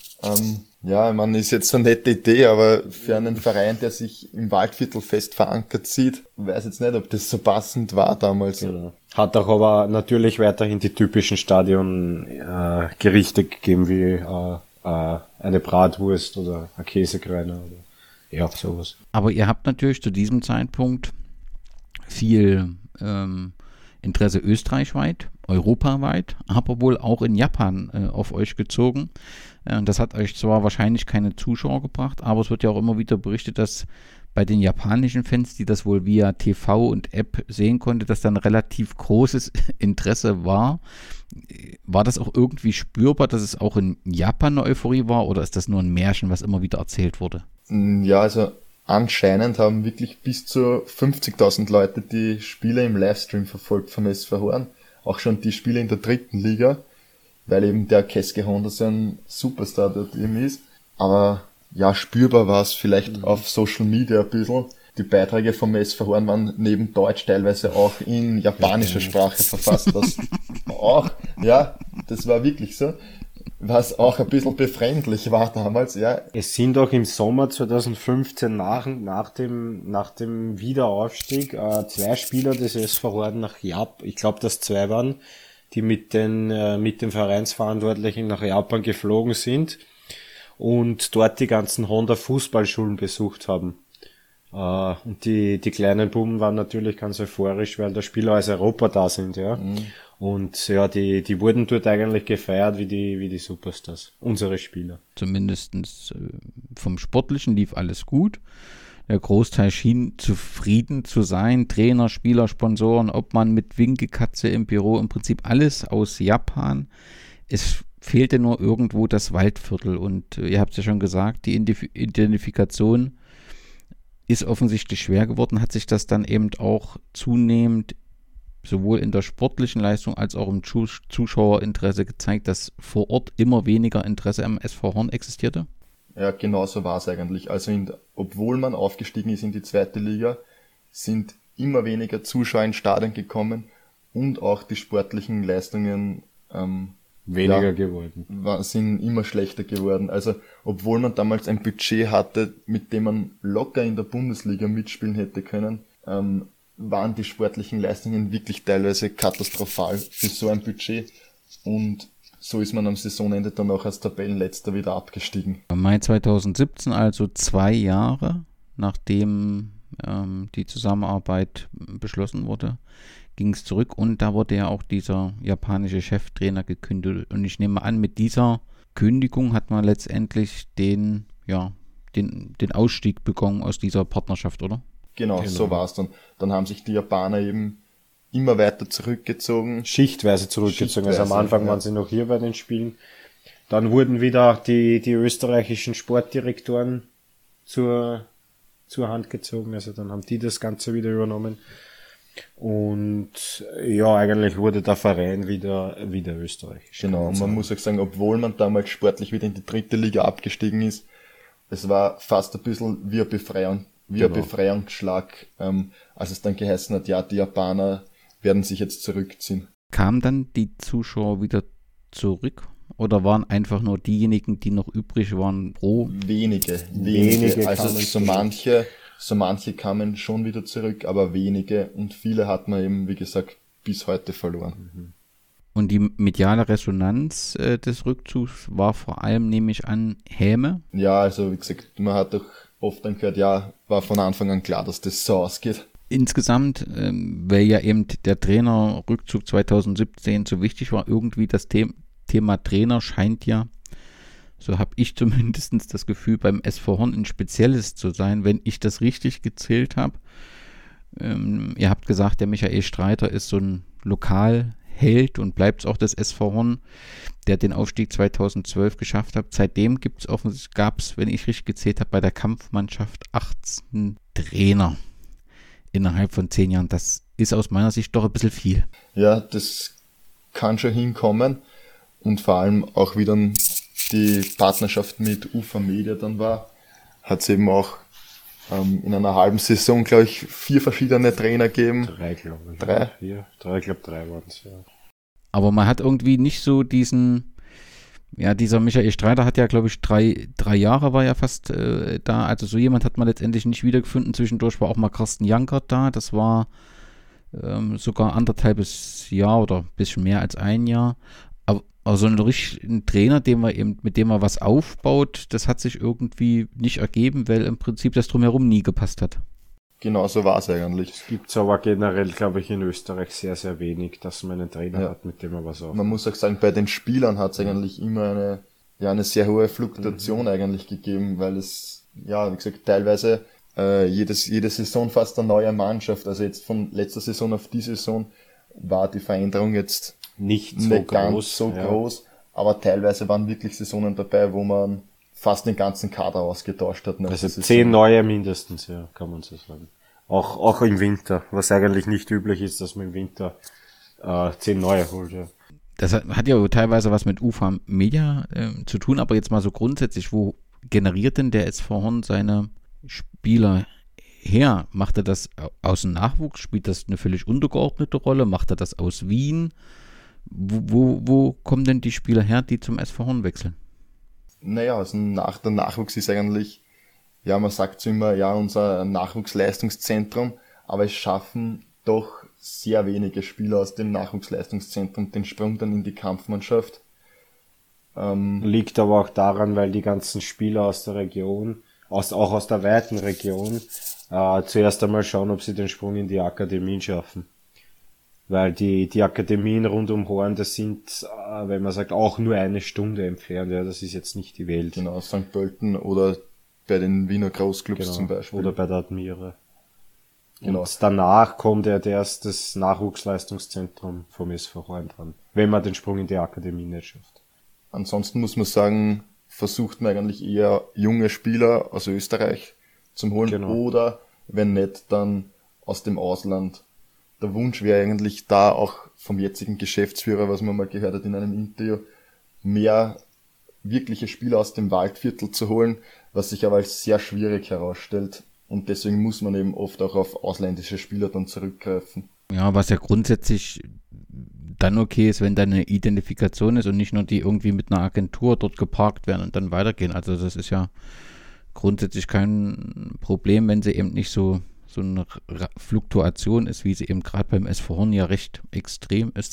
Ja, man ist jetzt so eine nette Idee, aber für einen Verein, der sich im Waldviertel fest verankert sieht, weiß jetzt nicht, ob das so passend war damals. Genau. Hat auch aber natürlich weiterhin die typischen Stadion-Gerichte gegeben, wie eine Bratwurst oder ein Käsekreiner oder ja, sowas. Aber ihr habt natürlich zu diesem Zeitpunkt viel Interesse österreichweit, europaweit, aber wohl auch in Japan auf euch gezogen. Das hat euch zwar wahrscheinlich keine Zuschauer gebracht, aber es wird ja auch immer wieder berichtet, dass bei den japanischen Fans, die das wohl via TV und App sehen konnte, dass dann relativ großes Interesse war. War das auch irgendwie spürbar, dass es auch in Japan eine Euphorie war oder ist das nur ein Märchen, was immer wieder erzählt wurde? Ja, also anscheinend haben wirklich bis zu 50.000 Leute die Spiele im Livestream verfolgt vom SV Horn. Auch schon die Spiele in der dritten Liga, weil eben der Keisuke Honda so ein Superstar dort eben ist. Aber ja, spürbar war es vielleicht auf Social Media ein bisschen. Die Beiträge vom SV Horn waren neben Deutsch teilweise auch in japanischer Sprache verfasst. Das auch, ja, das war wirklich so. Was auch ein bisschen befremdlich war damals, ja. Es sind auch im Sommer 2015 nach dem Wiederaufstieg 2 Spieler des SV Horn nach Japan, ich glaube, dass 2 waren, die mit den Vereinsverantwortlichen nach Japan geflogen sind und dort die ganzen Honda Fußballschulen besucht haben. Und die kleinen Buben waren natürlich ganz euphorisch, weil da Spieler aus Europa da sind, ja. Und ja, die wurden dort eigentlich gefeiert wie die Superstars, unsere Spieler. Zumindest vom Sportlichen lief alles gut. Der Großteil schien zufrieden zu sein. Trainer, Spieler, Sponsoren, Obmann mit Winkelkatze im Büro, im Prinzip alles aus Japan. Es fehlte nur irgendwo das Waldviertel und ihr habt es ja schon gesagt, die Identifikation ist offensichtlich schwer geworden. Hat sich das dann eben auch zunehmend sowohl in der sportlichen Leistung als auch im Zuschauerinteresse gezeigt, dass vor Ort immer weniger Interesse am SV Horn existierte? Ja, genau so war es eigentlich. Also obwohl man aufgestiegen ist in die zweite Liga, sind immer weniger Zuschauer ins Stadion gekommen und auch die sportlichen Leistungen weniger geworden. Sind immer schlechter geworden. Also obwohl man damals ein Budget hatte, mit dem man locker in der Bundesliga mitspielen hätte können, waren die sportlichen Leistungen wirklich teilweise katastrophal für so ein Budget und so ist man am Saisonende dann auch als Tabellenletzter wieder abgestiegen. Im Mai 2017, also 2 Jahre nachdem die Zusammenarbeit beschlossen wurde, ging es zurück und da wurde ja auch dieser japanische Cheftrainer gekündigt und ich nehme an, mit dieser Kündigung hat man letztendlich den Ausstieg begonnen aus dieser Partnerschaft, oder? Genau, so war es dann. Dann haben sich die Japaner eben immer weiter zurückgezogen. Schichtweise zurückgezogen. Also am Anfang waren sie noch hier bei den Spielen. Dann wurden wieder die österreichischen Sportdirektoren zur Hand gezogen. Also dann haben die das Ganze wieder übernommen. Und ja, eigentlich wurde der Verein wieder österreichisch. Genau, und man muss auch sagen, obwohl man damals sportlich wieder in die 3. Liga abgestiegen ist, es war fast ein bisschen wie ein Befreiungsschlag, als es dann geheißen hat, ja, die Japaner werden sich jetzt zurückziehen. Kamen dann die Zuschauer wieder zurück? Oder waren einfach nur diejenigen, die noch übrig waren, pro? Wenige. Also so manche kamen schon wieder zurück, aber wenige. Und viele hat man eben, wie gesagt, bis heute verloren. Und die mediale Resonanz des Rückzugs war vor allem, nehme ich an, Häme? Ja, also wie gesagt, man hat doch oft dann gehört, ja, war von Anfang an klar, dass das so ausgeht. Insgesamt, weil ja eben der Trainerrückzug 2017 so wichtig war, irgendwie das Thema Trainer scheint ja, so habe ich zumindest das Gefühl, beim SV Horn ein spezielles zu sein, wenn ich das richtig gezählt habe. Ihr habt gesagt, der Michael Streiter ist so ein Lokalheld und bleibt es auch des SV Horn, der den Aufstieg 2012 geschafft hat. Seitdem gab es, wenn ich richtig gezählt habe, bei der Kampfmannschaft 18 Trainer innerhalb von 10 Jahren. Das ist aus meiner Sicht doch ein bisschen viel. Ja, das kann schon hinkommen. Und vor allem auch wie dann die Partnerschaft mit UFA Media dann war, hat es eben auch in einer halben Saison, glaube ich, 4 verschiedene Trainer gegeben. 3, glaube ich. 3? 4, 3, ich glaube 3 waren es, ja. Aber man hat irgendwie nicht so dieser Michael Streiter hat ja, glaube ich, 3 Jahre war ja fast da. Also so jemand hat man letztendlich nicht wiedergefunden. Zwischendurch war auch mal Carsten Jankert da. Das war sogar 1,5 Jahr oder ein bisschen mehr als 1 Jahr. Aber so ein Trainer, mit dem man was aufbaut, das hat sich irgendwie nicht ergeben, weil im Prinzip das drumherum nie gepasst hat. Genau, so war es eigentlich. Es gibt es aber generell, glaube ich, in Österreich sehr, sehr wenig, dass man einen Trainer hat, mit dem man was aufbaut. Man muss auch sagen, bei den Spielern hat es eigentlich immer eine sehr hohe Fluktuation eigentlich gegeben, weil es, ja, wie gesagt, teilweise jede Saison fast eine neue Mannschaft. Also jetzt von letzter Saison auf die Saison war die Veränderung jetzt nicht so groß, aber teilweise waren wirklich Saisonen dabei, wo man fast den ganzen Kader ausgetauscht hat. Also 10 neue mindestens, ja, kann man so sagen. Auch im Winter, was eigentlich nicht üblich ist, dass man im Winter 10 neue holt, ja. Das hat ja teilweise was mit UFA Media zu tun, aber jetzt mal so grundsätzlich, wo generiert denn der SV Horn seine Spieler her? Macht er das aus dem Nachwuchs? Spielt das eine völlig untergeordnete Rolle? Macht er das aus Wien? Wo kommen denn die Spieler her, die zum SV Horn wechseln? Naja, also der Nachwuchs ist eigentlich, ja, man sagt so immer, ja, unser Nachwuchsleistungszentrum, aber es schaffen doch sehr wenige Spieler aus dem Nachwuchsleistungszentrum den Sprung dann in die Kampfmannschaft. Liegt aber auch daran, weil die ganzen Spieler aus der Region, auch aus der weiten Region, zuerst einmal schauen, ob sie den Sprung in die Akademien schaffen. Weil die Akademien rund um Horn, das sind, wenn man sagt, auch nur 1 Stunde entfernt. Ja, das ist jetzt nicht die Welt. Genau, St. Pölten oder bei den Wiener Großclubs zum Beispiel. Oder bei der Admira. Genau. Und danach kommt erst das Nachwuchsleistungszentrum vom SV Horn dran, wenn man den Sprung in die Akademie nicht schafft. Ansonsten muss man sagen, versucht man eigentlich eher junge Spieler aus Österreich zum Holen oder, wenn nicht, dann aus dem Ausland. Der Wunsch wäre eigentlich da auch vom jetzigen Geschäftsführer, was man mal gehört hat in einem Interview, mehr wirkliche Spieler aus dem Waldviertel zu holen, was sich aber als sehr schwierig herausstellt. Und deswegen muss man eben oft auch auf ausländische Spieler dann zurückgreifen. Ja, was ja grundsätzlich dann okay ist, wenn da eine Identifikation ist und nicht nur die irgendwie mit einer Agentur dort geparkt werden und dann weitergehen. Also das ist ja grundsätzlich kein Problem, wenn sie eben nicht so eine Fluktuation ist, wie sie eben gerade beim SV Horn ja recht extrem ist.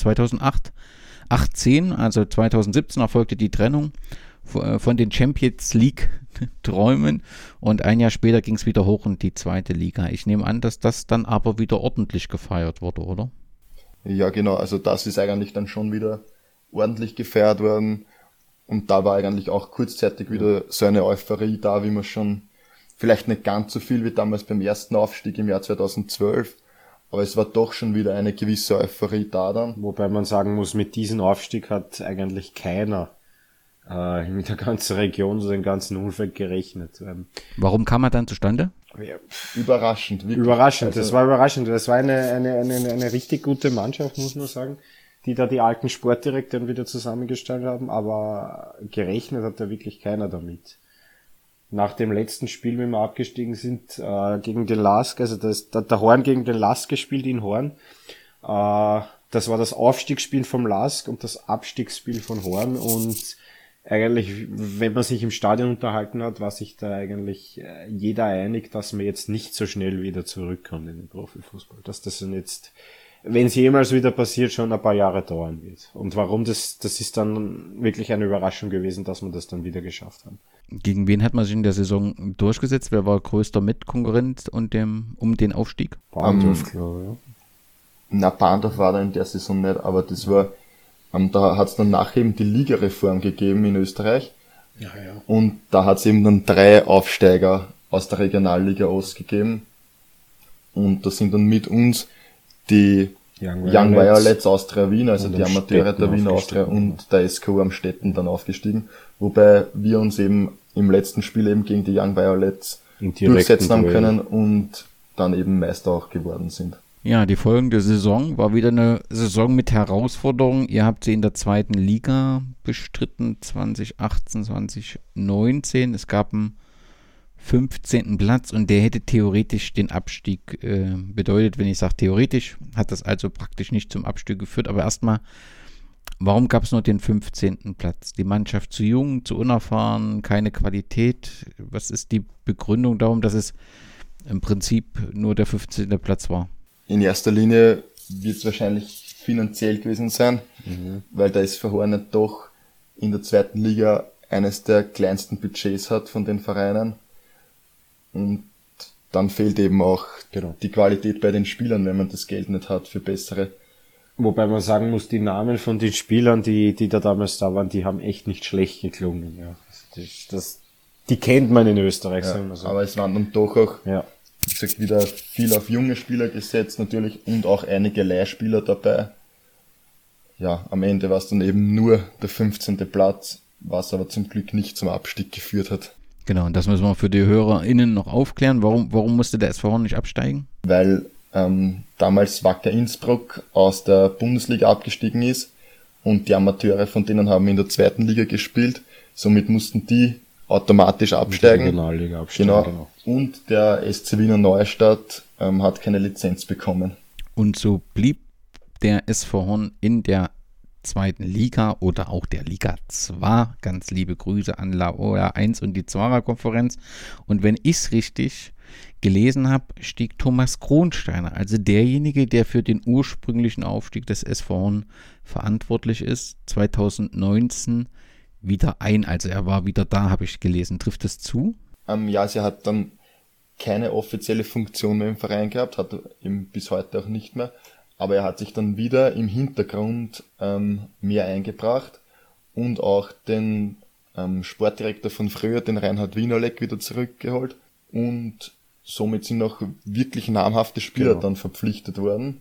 2018, also 2017 erfolgte die Trennung von den Champions League Träumen und 1 Jahr später ging es wieder hoch in die 2. Liga. Ich nehme an, dass das dann aber wieder ordentlich gefeiert wurde, oder? Ja, genau. Also das ist eigentlich dann schon wieder ordentlich gefeiert worden und da war eigentlich auch kurzzeitig wieder so eine Euphorie da, wie man schon vielleicht nicht ganz so viel wie damals beim ersten Aufstieg im Jahr 2012, aber es war doch schon wieder eine gewisse Euphorie da dann. Wobei man sagen muss, mit diesem Aufstieg hat eigentlich keiner mit der ganzen Region, so den ganzen Umfeld gerechnet. Warum kam er dann zustande? Ja, überraschend. Wirklich. Überraschend, also, das war überraschend. Das war eine richtig gute Mannschaft, muss man sagen, die da die alten Sportdirektoren wieder zusammengestellt haben, aber gerechnet hat da wirklich keiner damit. Nach dem letzten Spiel, wenn wir abgestiegen sind, gegen den LASK, also der Horn gegen den LASK gespielt in Horn, das war das Aufstiegsspiel vom LASK und das Abstiegsspiel von Horn, und eigentlich, wenn man sich im Stadion unterhalten hat, war sich da eigentlich jeder einig, dass man jetzt nicht so schnell wieder zurückkommt in den Profifußball. Dass das dann jetzt, wenn es jemals wieder passiert, schon ein paar Jahre dauern wird. Und warum, das ist dann wirklich eine Überraschung gewesen, dass wir das dann wieder geschafft haben. Gegen wen hat man sich in der Saison durchgesetzt? Wer war größter Mitkonkurrent um den Aufstieg? Bahndorf, glaube ich. Ja. Na, Bahndorf war da in der Saison nicht, aber das war, da hat es dann nachher eben die Ligareform gegeben in Österreich. Ja. Und da hat es eben dann 3 Aufsteiger aus der Regionalliga Ost gegeben. Und da sind dann mit uns die Young Violets Austria Wien, also die Amateure der Wiener Austria und der SKU Amstetten dann aufgestiegen. Wobei wir uns eben im letzten Spiel eben gegen die Young Violets durchsetzen haben können und dann eben Meister auch geworden sind. Ja, die folgende Saison war wieder eine Saison mit Herausforderungen. Ihr habt sie in der 2. Liga bestritten, 2018, 2019. Es gab einen 15. Platz und der hätte theoretisch den Abstieg bedeutet. Wenn ich sage theoretisch, hat das also praktisch nicht zum Abstieg geführt. Aber erstmal, warum gab es nur den 15. Platz? Die Mannschaft zu jung, zu unerfahren, keine Qualität. Was ist die Begründung darum, dass es im Prinzip nur der 15. Platz war? In erster Linie wird es wahrscheinlich finanziell gewesen sein, weil der SV Horn doch in der 2. Liga eines der kleinsten Budgets hat von den Vereinen. Und dann fehlt eben auch die Qualität bei den Spielern, wenn man das Geld nicht hat für bessere. Wobei man sagen muss, die Namen von den Spielern, die da damals da waren, die haben echt nicht schlecht geklungen. Ja. Die kennt man in Österreich, sagen wir so. Aber es waren dann doch auch, wie gesagt, wieder viel auf junge Spieler gesetzt natürlich und auch einige Leihspieler dabei. Ja, am Ende war es dann eben nur der 15. Platz, was aber zum Glück nicht zum Abstieg geführt hat. Genau, und das müssen wir für die HörerInnen noch aufklären. Warum musste der SV Horn nicht absteigen? Weil damals Wacker Innsbruck aus der Bundesliga abgestiegen ist und die Amateure von denen haben in der 2. Liga gespielt. Somit mussten die automatisch absteigen. Regionalliga absteigen, genau. Und der SC Wiener Neustadt hat keine Lizenz bekommen. Und so blieb der SV Horn in der 2. Liga oder auch der Liga 2. Ganz liebe Grüße an Laola 1 und die Zwarer Konferenz. Und wenn ich es richtig gelesen habe, stieg Thomas Kronsteiner, also derjenige, der für den ursprünglichen Aufstieg des SV Horn verantwortlich ist, 2019 wieder ein. Also er war wieder da, habe ich gelesen. Trifft das zu? Ja, also er hat dann keine offizielle Funktion mehr im Verein gehabt, hat eben bis heute auch nicht mehr. Aber er hat sich dann wieder im Hintergrund mehr eingebracht und auch den Sportdirektor von früher, den Reinhard Wienerleck, wieder zurückgeholt. Und somit sind auch wirklich namhafte Spieler dann verpflichtet worden.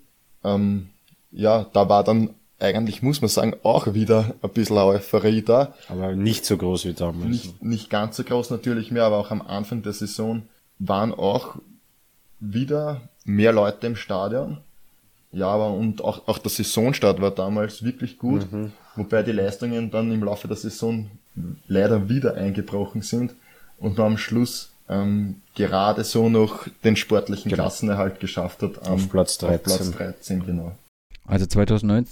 Da war dann eigentlich, muss man sagen, auch wieder ein bisschen Euphorie da. Aber nicht so groß wie damals. Nicht ganz so groß natürlich mehr, aber auch am Anfang der Saison waren auch wieder mehr Leute im Stadion. Ja, aber und auch der Saisonstart war damals wirklich gut, wobei die Leistungen dann im Laufe der Saison leider wieder eingebrochen sind und man am Schluss gerade so noch den sportlichen Klassenerhalt geschafft hat. Auf Platz 13. Auf Platz 13, genau. Also 2019,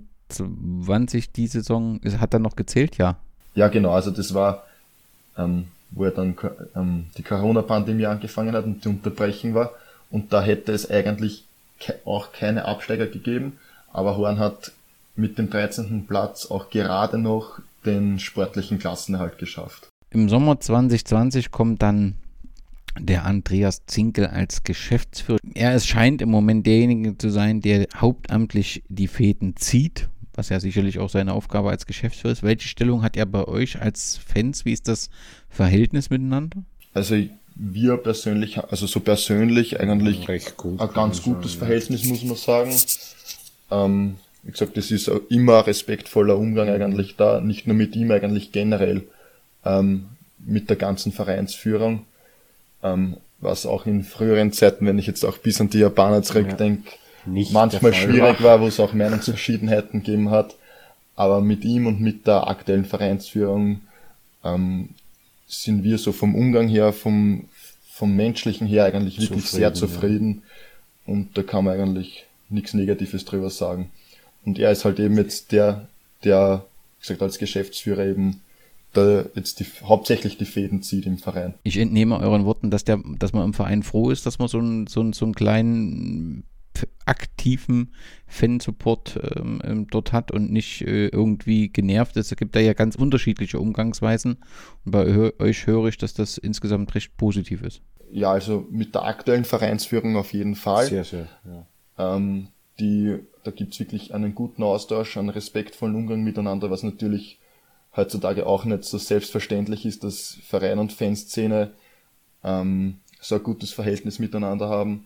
2020, die Saison, hat dann noch gezählt, ja? Ja, genau, also das war, wo ja dann die Corona-Pandemie angefangen hat und die Unterbrechung war und da hätte es eigentlich auch keine Absteiger gegeben, aber Horn hat mit dem 13. Platz auch gerade noch den sportlichen Klassenerhalt geschafft. Im Sommer 2020 kommt dann der Andreas Zinkel als Geschäftsführer. Er scheint im Moment derjenige zu sein, der hauptamtlich die Fäden zieht, was ja sicherlich auch seine Aufgabe als Geschäftsführer ist. Welche Stellung hat er bei euch als Fans? Wie ist das Verhältnis miteinander? Also wir persönlich, also so persönlich eigentlich recht gut, ein ganz gutes Verhältnis, muss man sagen. wie gesagt, das ist immer ein respektvoller Umgang eigentlich da, nicht nur mit ihm, eigentlich generell mit der ganzen Vereinsführung, was auch in früheren Zeiten, wenn ich jetzt auch bis an die Japaner zurückdenke, manchmal schwierig war, wo es auch Meinungsverschiedenheiten gegeben hat, aber mit ihm und mit der aktuellen Vereinsführung sind wir so vom Umgang her, vom Menschlichen her eigentlich wirklich sehr zufrieden, und da kann man eigentlich nichts Negatives drüber sagen. Und er ist halt eben jetzt der, wie gesagt, als Geschäftsführer eben jetzt hauptsächlich die Fäden zieht im Verein. Ich entnehme euren Worten, dass man im Verein froh ist, dass man so einen kleinen aktiven Fansupport dort hat und nicht irgendwie genervt ist. Es gibt da ja ganz unterschiedliche Umgangsweisen, und bei euch höre ich, dass das insgesamt recht positiv ist. Ja, also mit der aktuellen Vereinsführung auf jeden Fall. Sehr, sehr, ja. Da gibt's wirklich einen guten Austausch, einen respektvollen Umgang miteinander, was natürlich heutzutage auch nicht so selbstverständlich ist, dass Verein und Fanszene so ein gutes Verhältnis miteinander haben.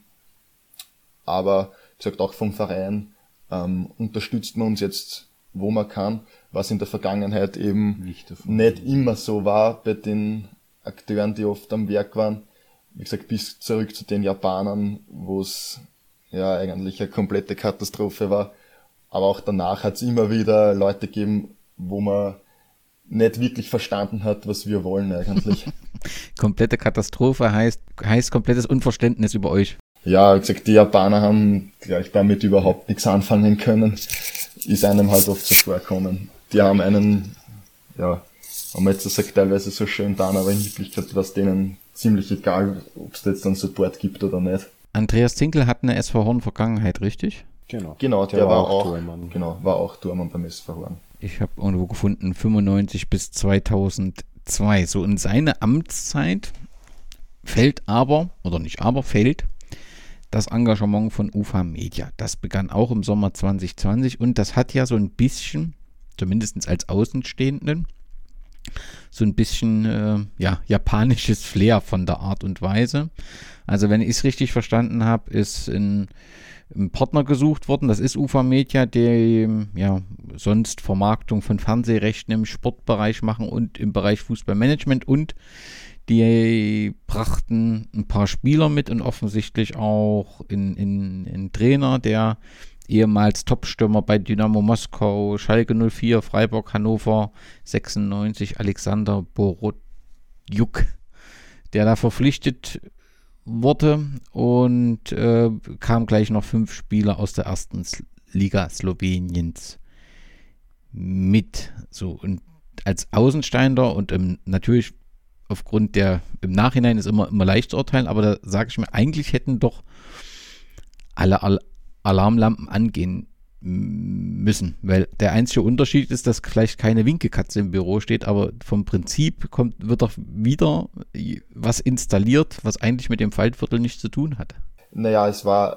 Aber wie gesagt, auch vom Verein unterstützt man uns jetzt, wo man kann, was in der Vergangenheit eben nicht immer so war bei den Akteuren, die oft am Werk waren. Wie gesagt, bis zurück zu den Japanern, wo es ja eigentlich eine komplette Katastrophe war. Aber auch danach hat es immer wieder Leute gegeben, wo man nicht wirklich verstanden hat, was wir wollen eigentlich. Komplette Katastrophe heißt komplettes Unverständnis über euch. Ja, wie gesagt, die Japaner haben gleich damit überhaupt nichts anfangen können. Ist einem halt oft so vorkommen. Die haben haben wir jetzt gesagt, teilweise so schön getan, aber in Wirklichkeit war es denen ziemlich egal, ob es jetzt einen Support gibt oder nicht. Andreas Zinkel hat eine SV Horn Vergangenheit, richtig? Genau, der war auch Tormann. Genau, war auch Tormann beim SV Horn. Ich habe irgendwo gefunden, 95 bis 2002. So in seine Amtszeit fällt das Engagement von UFA Media. Das begann auch im Sommer 2020 und das hat ja so ein bisschen, zumindest als Außenstehenden, so ein bisschen japanisches Flair von der Art und Weise. Also wenn ich es richtig verstanden habe, ist ein Partner gesucht worden. Das ist UFA Media, die sonst Vermarktung von Fernsehrechten im Sportbereich machen und im Bereich Fußballmanagement, und die brachten ein paar Spieler mit und offensichtlich auch einen Trainer, der ehemals Topstürmer bei Dynamo Moskau, Schalke 04, Freiburg, Hannover 96, Alexander Borodjuk, der da verpflichtet wurde, und kam gleich noch 5 Spieler aus der ersten Liga Sloweniens mit. So, und als Außenstehender und natürlich aufgrund im Nachhinein ist immer leicht zu urteilen, aber da sage ich mir, eigentlich hätten doch alle Alarmlampen angehen müssen, weil der einzige Unterschied ist, dass vielleicht keine Winkelkatze im Büro steht, aber vom Prinzip wird doch wieder was installiert, was eigentlich mit dem Waldviertel nichts zu tun hat. Naja, es war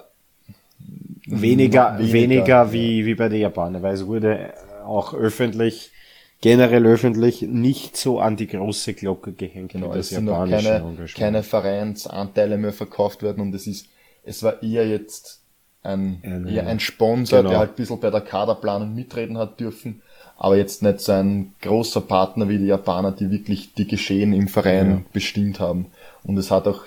weniger wie bei den Japanern, weil es wurde auch generell öffentlich nicht so an die große Glocke gehängt. Genau, es sind noch keine Vereinsanteile mehr verkauft werden, und es war eher jetzt ein Sponsor, der halt ein bisschen bei der Kaderplanung mitreden hat dürfen, aber jetzt nicht so ein großer Partner wie die Japaner, die wirklich die Geschehen im Verein bestimmt haben. Und es hat auch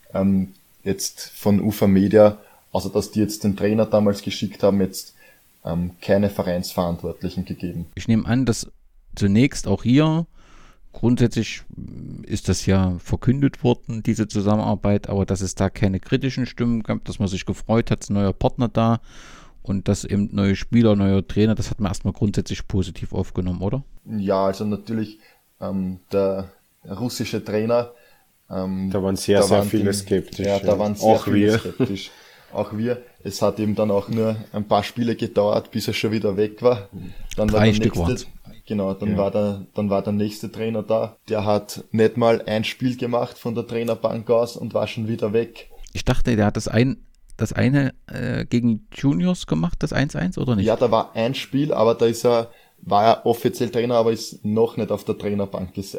jetzt von UFA Media, außer dass die jetzt den Trainer damals geschickt haben, jetzt keine Vereinsverantwortlichen gegeben. Ich nehme an, dass zunächst auch hier, grundsätzlich ist das ja verkündet worden, diese Zusammenarbeit, aber dass es da keine kritischen Stimmen gab, dass man sich gefreut hat, ein neuer Partner da und dass eben neue Spieler, neuer Trainer, das hat man erstmal grundsätzlich positiv aufgenommen, oder? Ja, also natürlich der russische Trainer, da waren sehr viele skeptisch. Ja, da waren sehr viele skeptisch. Auch wir. Es hat eben dann auch nur ein paar Spiele gedauert, bis er schon wieder weg war. Dann war der nächste. Genau, dann war der nächste Trainer da. Der hat nicht mal ein Spiel gemacht von der Trainerbank aus und war schon wieder weg. Ich dachte, der hat das eine gegen Juniors gemacht, das 1-1, oder nicht? Ja, da war ein Spiel, aber war er offiziell Trainer, aber ist noch nicht auf der Trainerbank gesessen.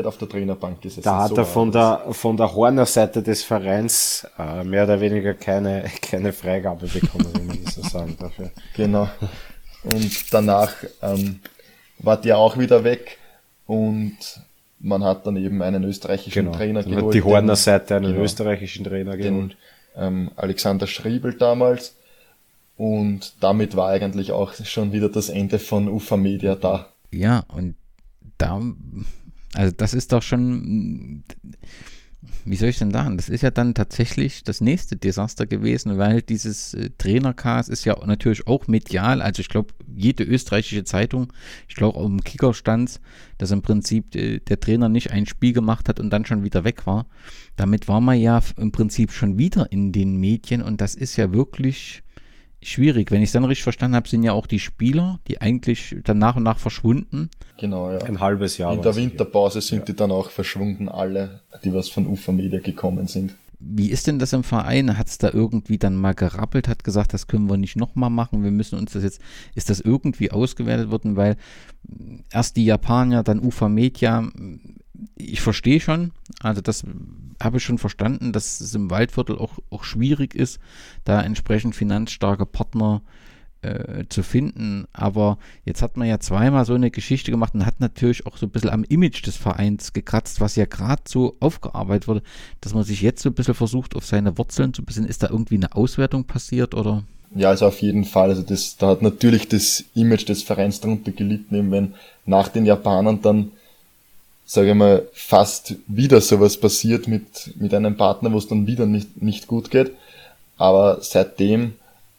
Da hat er von der Horner Seite des Vereins mehr oder weniger keine Freigabe bekommen, wenn man das so sagen darf. Genau. und danach war der auch wieder weg und man hat dann eben einen österreichischen Trainer geholt. Hat die Horner Seite einen österreichischen Trainer geholt. Alexander Schriebel damals. Und damit war eigentlich auch schon wieder das Ende von Ufa Media da. Ja, und da, also das ist doch schon, wie soll ich denn sagen, das ist ja dann tatsächlich das nächste Desaster gewesen, weil dieses Trainerchaos ist ja natürlich auch medial, also ich glaube, jede österreichische Zeitung, ich glaube auch im Kicker stand's, dass im Prinzip der Trainer nicht ein Spiel gemacht hat und dann schon wieder weg war. Damit war man ja im Prinzip schon wieder in den Medien und das ist ja wirklich schwierig. Wenn ich es dann richtig verstanden habe, sind ja auch die Spieler, die eigentlich dann nach und nach verschwunden. Genau, ja. Ein halbes Jahr. In der Winterpause sind die dann auch verschwunden, alle, die was von Ufa Media gekommen sind. Wie ist denn das im Verein? Hat es da irgendwie dann mal gerappelt, hat gesagt, das können wir nicht nochmal machen, wir müssen uns das jetzt, ist das irgendwie ausgewertet worden, weil erst die Japaner, dann Ufa Media, ich verstehe schon, also das habe ich schon verstanden, dass es im Waldviertel auch schwierig ist, da entsprechend finanzstarke Partner zu finden, aber jetzt hat man ja zweimal so eine Geschichte gemacht und hat natürlich auch so ein bisschen am Image des Vereins gekratzt, was ja gerade so aufgearbeitet wurde, dass man sich jetzt so ein bisschen versucht, auf seine Wurzeln zu besinnen. Ist da irgendwie eine Auswertung passiert, oder? Ja, also auf jeden Fall, also da hat natürlich das Image des Vereins darunter gelitten, eben wenn nach den Japanern dann, sage ich mal, fast wieder sowas passiert mit einem Partner, wo es dann wieder nicht gut geht, aber seitdem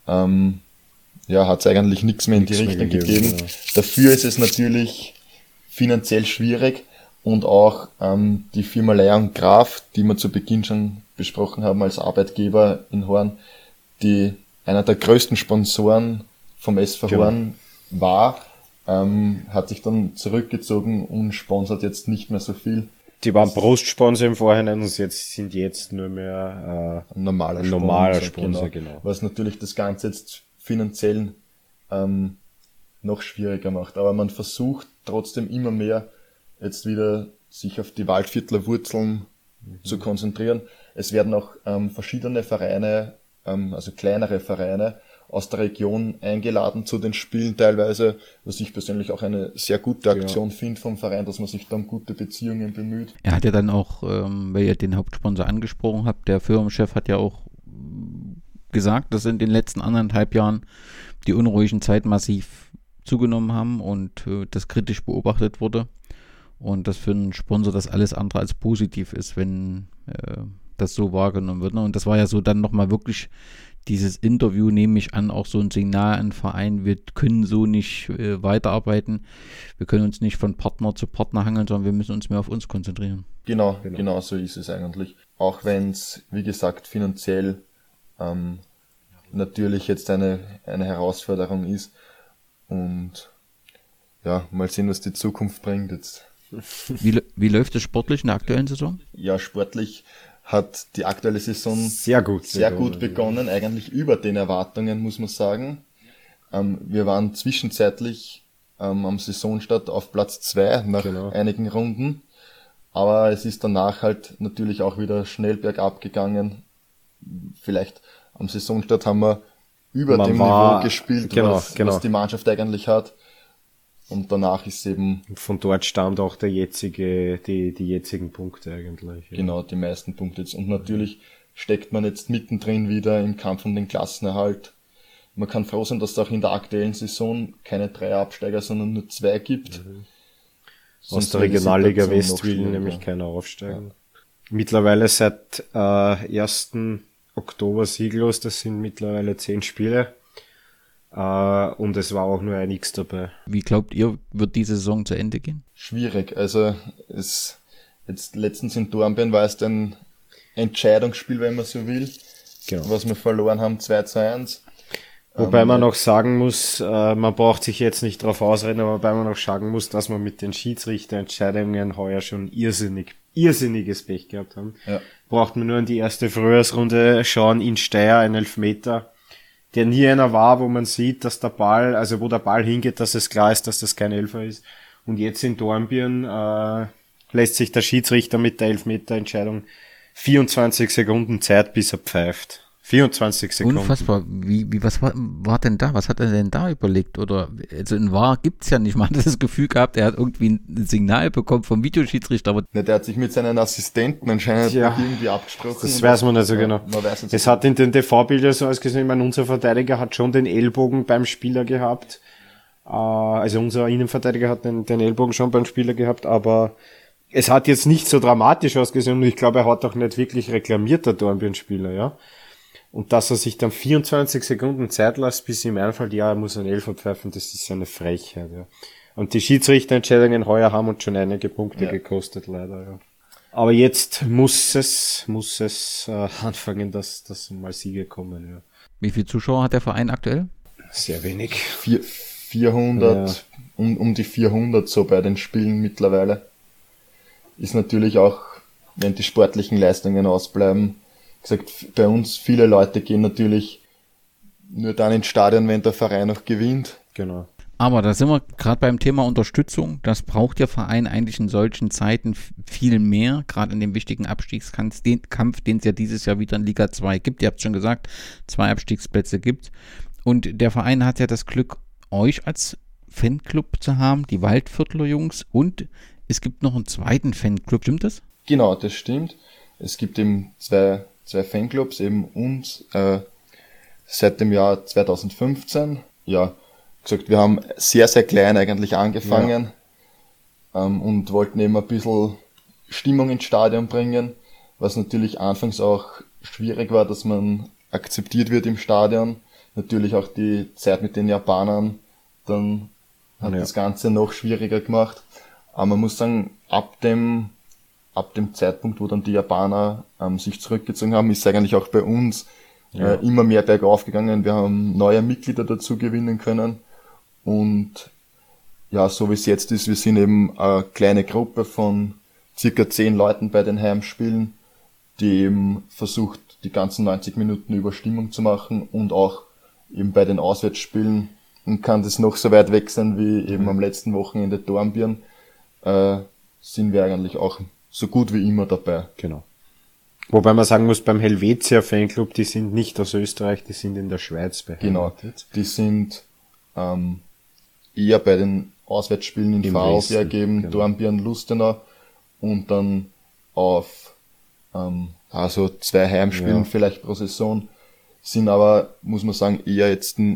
hat es eigentlich nichts mehr in die Richtung gegeben. Ja. Dafür ist es natürlich finanziell schwierig und auch die Firma Leier & Graf, die wir zu Beginn schon besprochen haben als Arbeitgeber in Horn, die einer der größten Sponsoren vom SV Horn war, hat sich dann zurückgezogen und sponsert jetzt nicht mehr so viel. Die waren Brustsponsor im Vorhinein und sind jetzt nur mehr ein normaler Sponsor, genau. Was natürlich das Ganze jetzt finanziell noch schwieriger macht. Aber man versucht trotzdem immer mehr jetzt wieder sich auf die Waldviertler Wurzeln zu konzentrieren. Es werden auch verschiedene Vereine, also kleinere Vereine aus der Region eingeladen zu den Spielen teilweise, was ich persönlich auch eine sehr gute Aktion finde vom Verein, dass man sich da um gute Beziehungen bemüht. Er hat ja dann auch, weil ihr den Hauptsponsor angesprochen habt, der Firmenchef hat ja auch gesagt, dass in den letzten 1,5 Jahren die unruhigen Zeiten massiv zugenommen haben und das kritisch beobachtet wurde und dass für einen Sponsor das alles andere als positiv ist, wenn das so wahrgenommen wird. Und das war ja so dann nochmal wirklich dieses Interview, nehme ich an, auch so ein Signal an den Verein, wir können so nicht weiterarbeiten, wir können uns nicht von Partner zu Partner hangeln, sondern wir müssen uns mehr auf uns konzentrieren. Genau so ist es eigentlich. Auch wenn es, wie gesagt, finanziell natürlich jetzt eine Herausforderung ist und ja, mal sehen, was die Zukunft bringt jetzt. Wie läuft es sportlich in der aktuellen Saison? Ja, sportlich hat die aktuelle Saison sehr gut begonnen, eigentlich über den Erwartungen, muss man sagen. Wir waren zwischenzeitlich am Saisonstart auf Platz 2 nach einigen Runden, aber es ist danach halt natürlich auch wieder schnell bergab gegangen. Vielleicht am Saisonstart haben wir über dem Niveau gespielt, was die Mannschaft eigentlich hat. Und danach ist eben... Von dort stammt auch die jetzigen Punkte eigentlich. Ja. Genau, die meisten Punkte jetzt. Und natürlich steckt man jetzt mittendrin wieder im Kampf um den Klassenerhalt. Man kann froh sein, dass es auch in der aktuellen Saison keine 3 Absteiger, sondern nur 2 gibt. Aus der Regionalliga West will nämlich keiner aufsteigen. Ja. Mittlerweile seit 1. Oktober sieglos, das sind mittlerweile 10 Spiele. Und es war auch nur ein X dabei. Wie glaubt ihr, wird diese Saison zu Ende gehen? Schwierig. Also jetzt letztens in Dornbirn war es ein Entscheidungsspiel, wenn man so will. Genau. Was wir verloren haben, 2-1. Wobei man noch sagen muss, man braucht sich jetzt nicht drauf ausreden, aber wobei man noch sagen muss, dass wir mit den Schiedsrichterentscheidungen heuer schon irrsinniges Pech gehabt haben. Ja. Braucht man nur in die erste Frühjahrsrunde schauen, in Steyr, ein Elfmeter, der nie einer war, wo man sieht, dass der Ball, also wo der Ball hingeht, dass es klar ist, dass das kein Elfer ist. Und jetzt in Dornbirn lässt sich der Schiedsrichter mit der Elfmeterentscheidung 24 Sekunden Zeit, bis er pfeift. 24 Sekunden. Unfassbar. Was war denn da? Was hat er denn da überlegt? Oder, also in VAR gibt's ja nicht. Man hat das Gefühl gehabt, er hat irgendwie ein Signal bekommen vom Videoschiedsrichter. Aber der hat sich mit seinen Assistenten anscheinend irgendwie abgesprochen. Das weiß man nicht so genau. Es hat in den TV-Bildern so ausgesehen, ich meine, unser Verteidiger hat schon den Ellbogen beim Spieler gehabt. Also unser Innenverteidiger hat den Ellbogen schon beim Spieler gehabt, aber es hat jetzt nicht so dramatisch ausgesehen und ich glaube, er hat auch nicht wirklich reklamiert, der Dornbirn-Spieler, ja. Und dass er sich dann 24 Sekunden Zeit lässt, bis ihm einfällt, ja, er muss einen Elfer pfeifen, das ist eine Frechheit, ja. Und die Schiedsrichterentscheidungen heuer haben uns schon einige Punkte gekostet, leider, ja. Aber jetzt muss es anfangen, dass mal Siege kommen, ja. Wie viele Zuschauer hat der Verein aktuell? Sehr wenig. 400, um die 400 so bei den Spielen mittlerweile. Ist natürlich auch, wenn die sportlichen Leistungen ausbleiben, gesagt, bei uns viele Leute gehen natürlich nur dann ins Stadion, wenn der Verein noch gewinnt. Genau. Aber da sind wir gerade beim Thema Unterstützung. Das braucht der Verein eigentlich in solchen Zeiten viel mehr, gerade in dem wichtigen Abstiegskampf, den es ja dieses Jahr wieder in Liga 2 gibt. Ihr habt schon gesagt, 2 Abstiegsplätze gibt. Und der Verein hat ja das Glück, euch als Fanclub zu haben, die Waldviertler Jungs, und es gibt noch einen zweiten Fanclub. Stimmt das? Genau, das stimmt. Es gibt eben zwei Fanclubs, eben uns seit dem Jahr 2015. Ja, gesagt, wir haben sehr, sehr klein eigentlich angefangen und wollten eben ein bisschen Stimmung ins Stadion bringen, was natürlich anfangs auch schwierig war, dass man akzeptiert wird im Stadion. Natürlich auch die Zeit mit den Japanern, dann hat das Ganze noch schwieriger gemacht. Aber man muss sagen, ab dem Zeitpunkt, wo dann die Japaner sich zurückgezogen haben, ist eigentlich auch bei uns immer mehr bergauf gegangen. Wir haben neue Mitglieder dazu gewinnen können. Und ja, so wie es jetzt ist, wir sind eben eine kleine Gruppe von circa 10 Leuten bei den Heimspielen, die eben versucht, die ganzen 90 Minuten über Stimmung zu machen, und auch eben bei den Auswärtsspielen, und kann das noch so weit weg sein wie eben am letzten Wochenende Dornbirn, sind wir eigentlich auch so gut wie immer dabei. Genau. Wobei man sagen muss, beim Helvetia Fanclub, die sind nicht aus Österreich, die sind in der Schweiz beheimatet. Genau, die sind eher bei den Auswärtsspielen in Vorarlberg gegeben, Dornbirn, Lustenau, und dann auf also 2 Heimspielen vielleicht pro Saison, sind aber, muss man sagen, eher jetzt die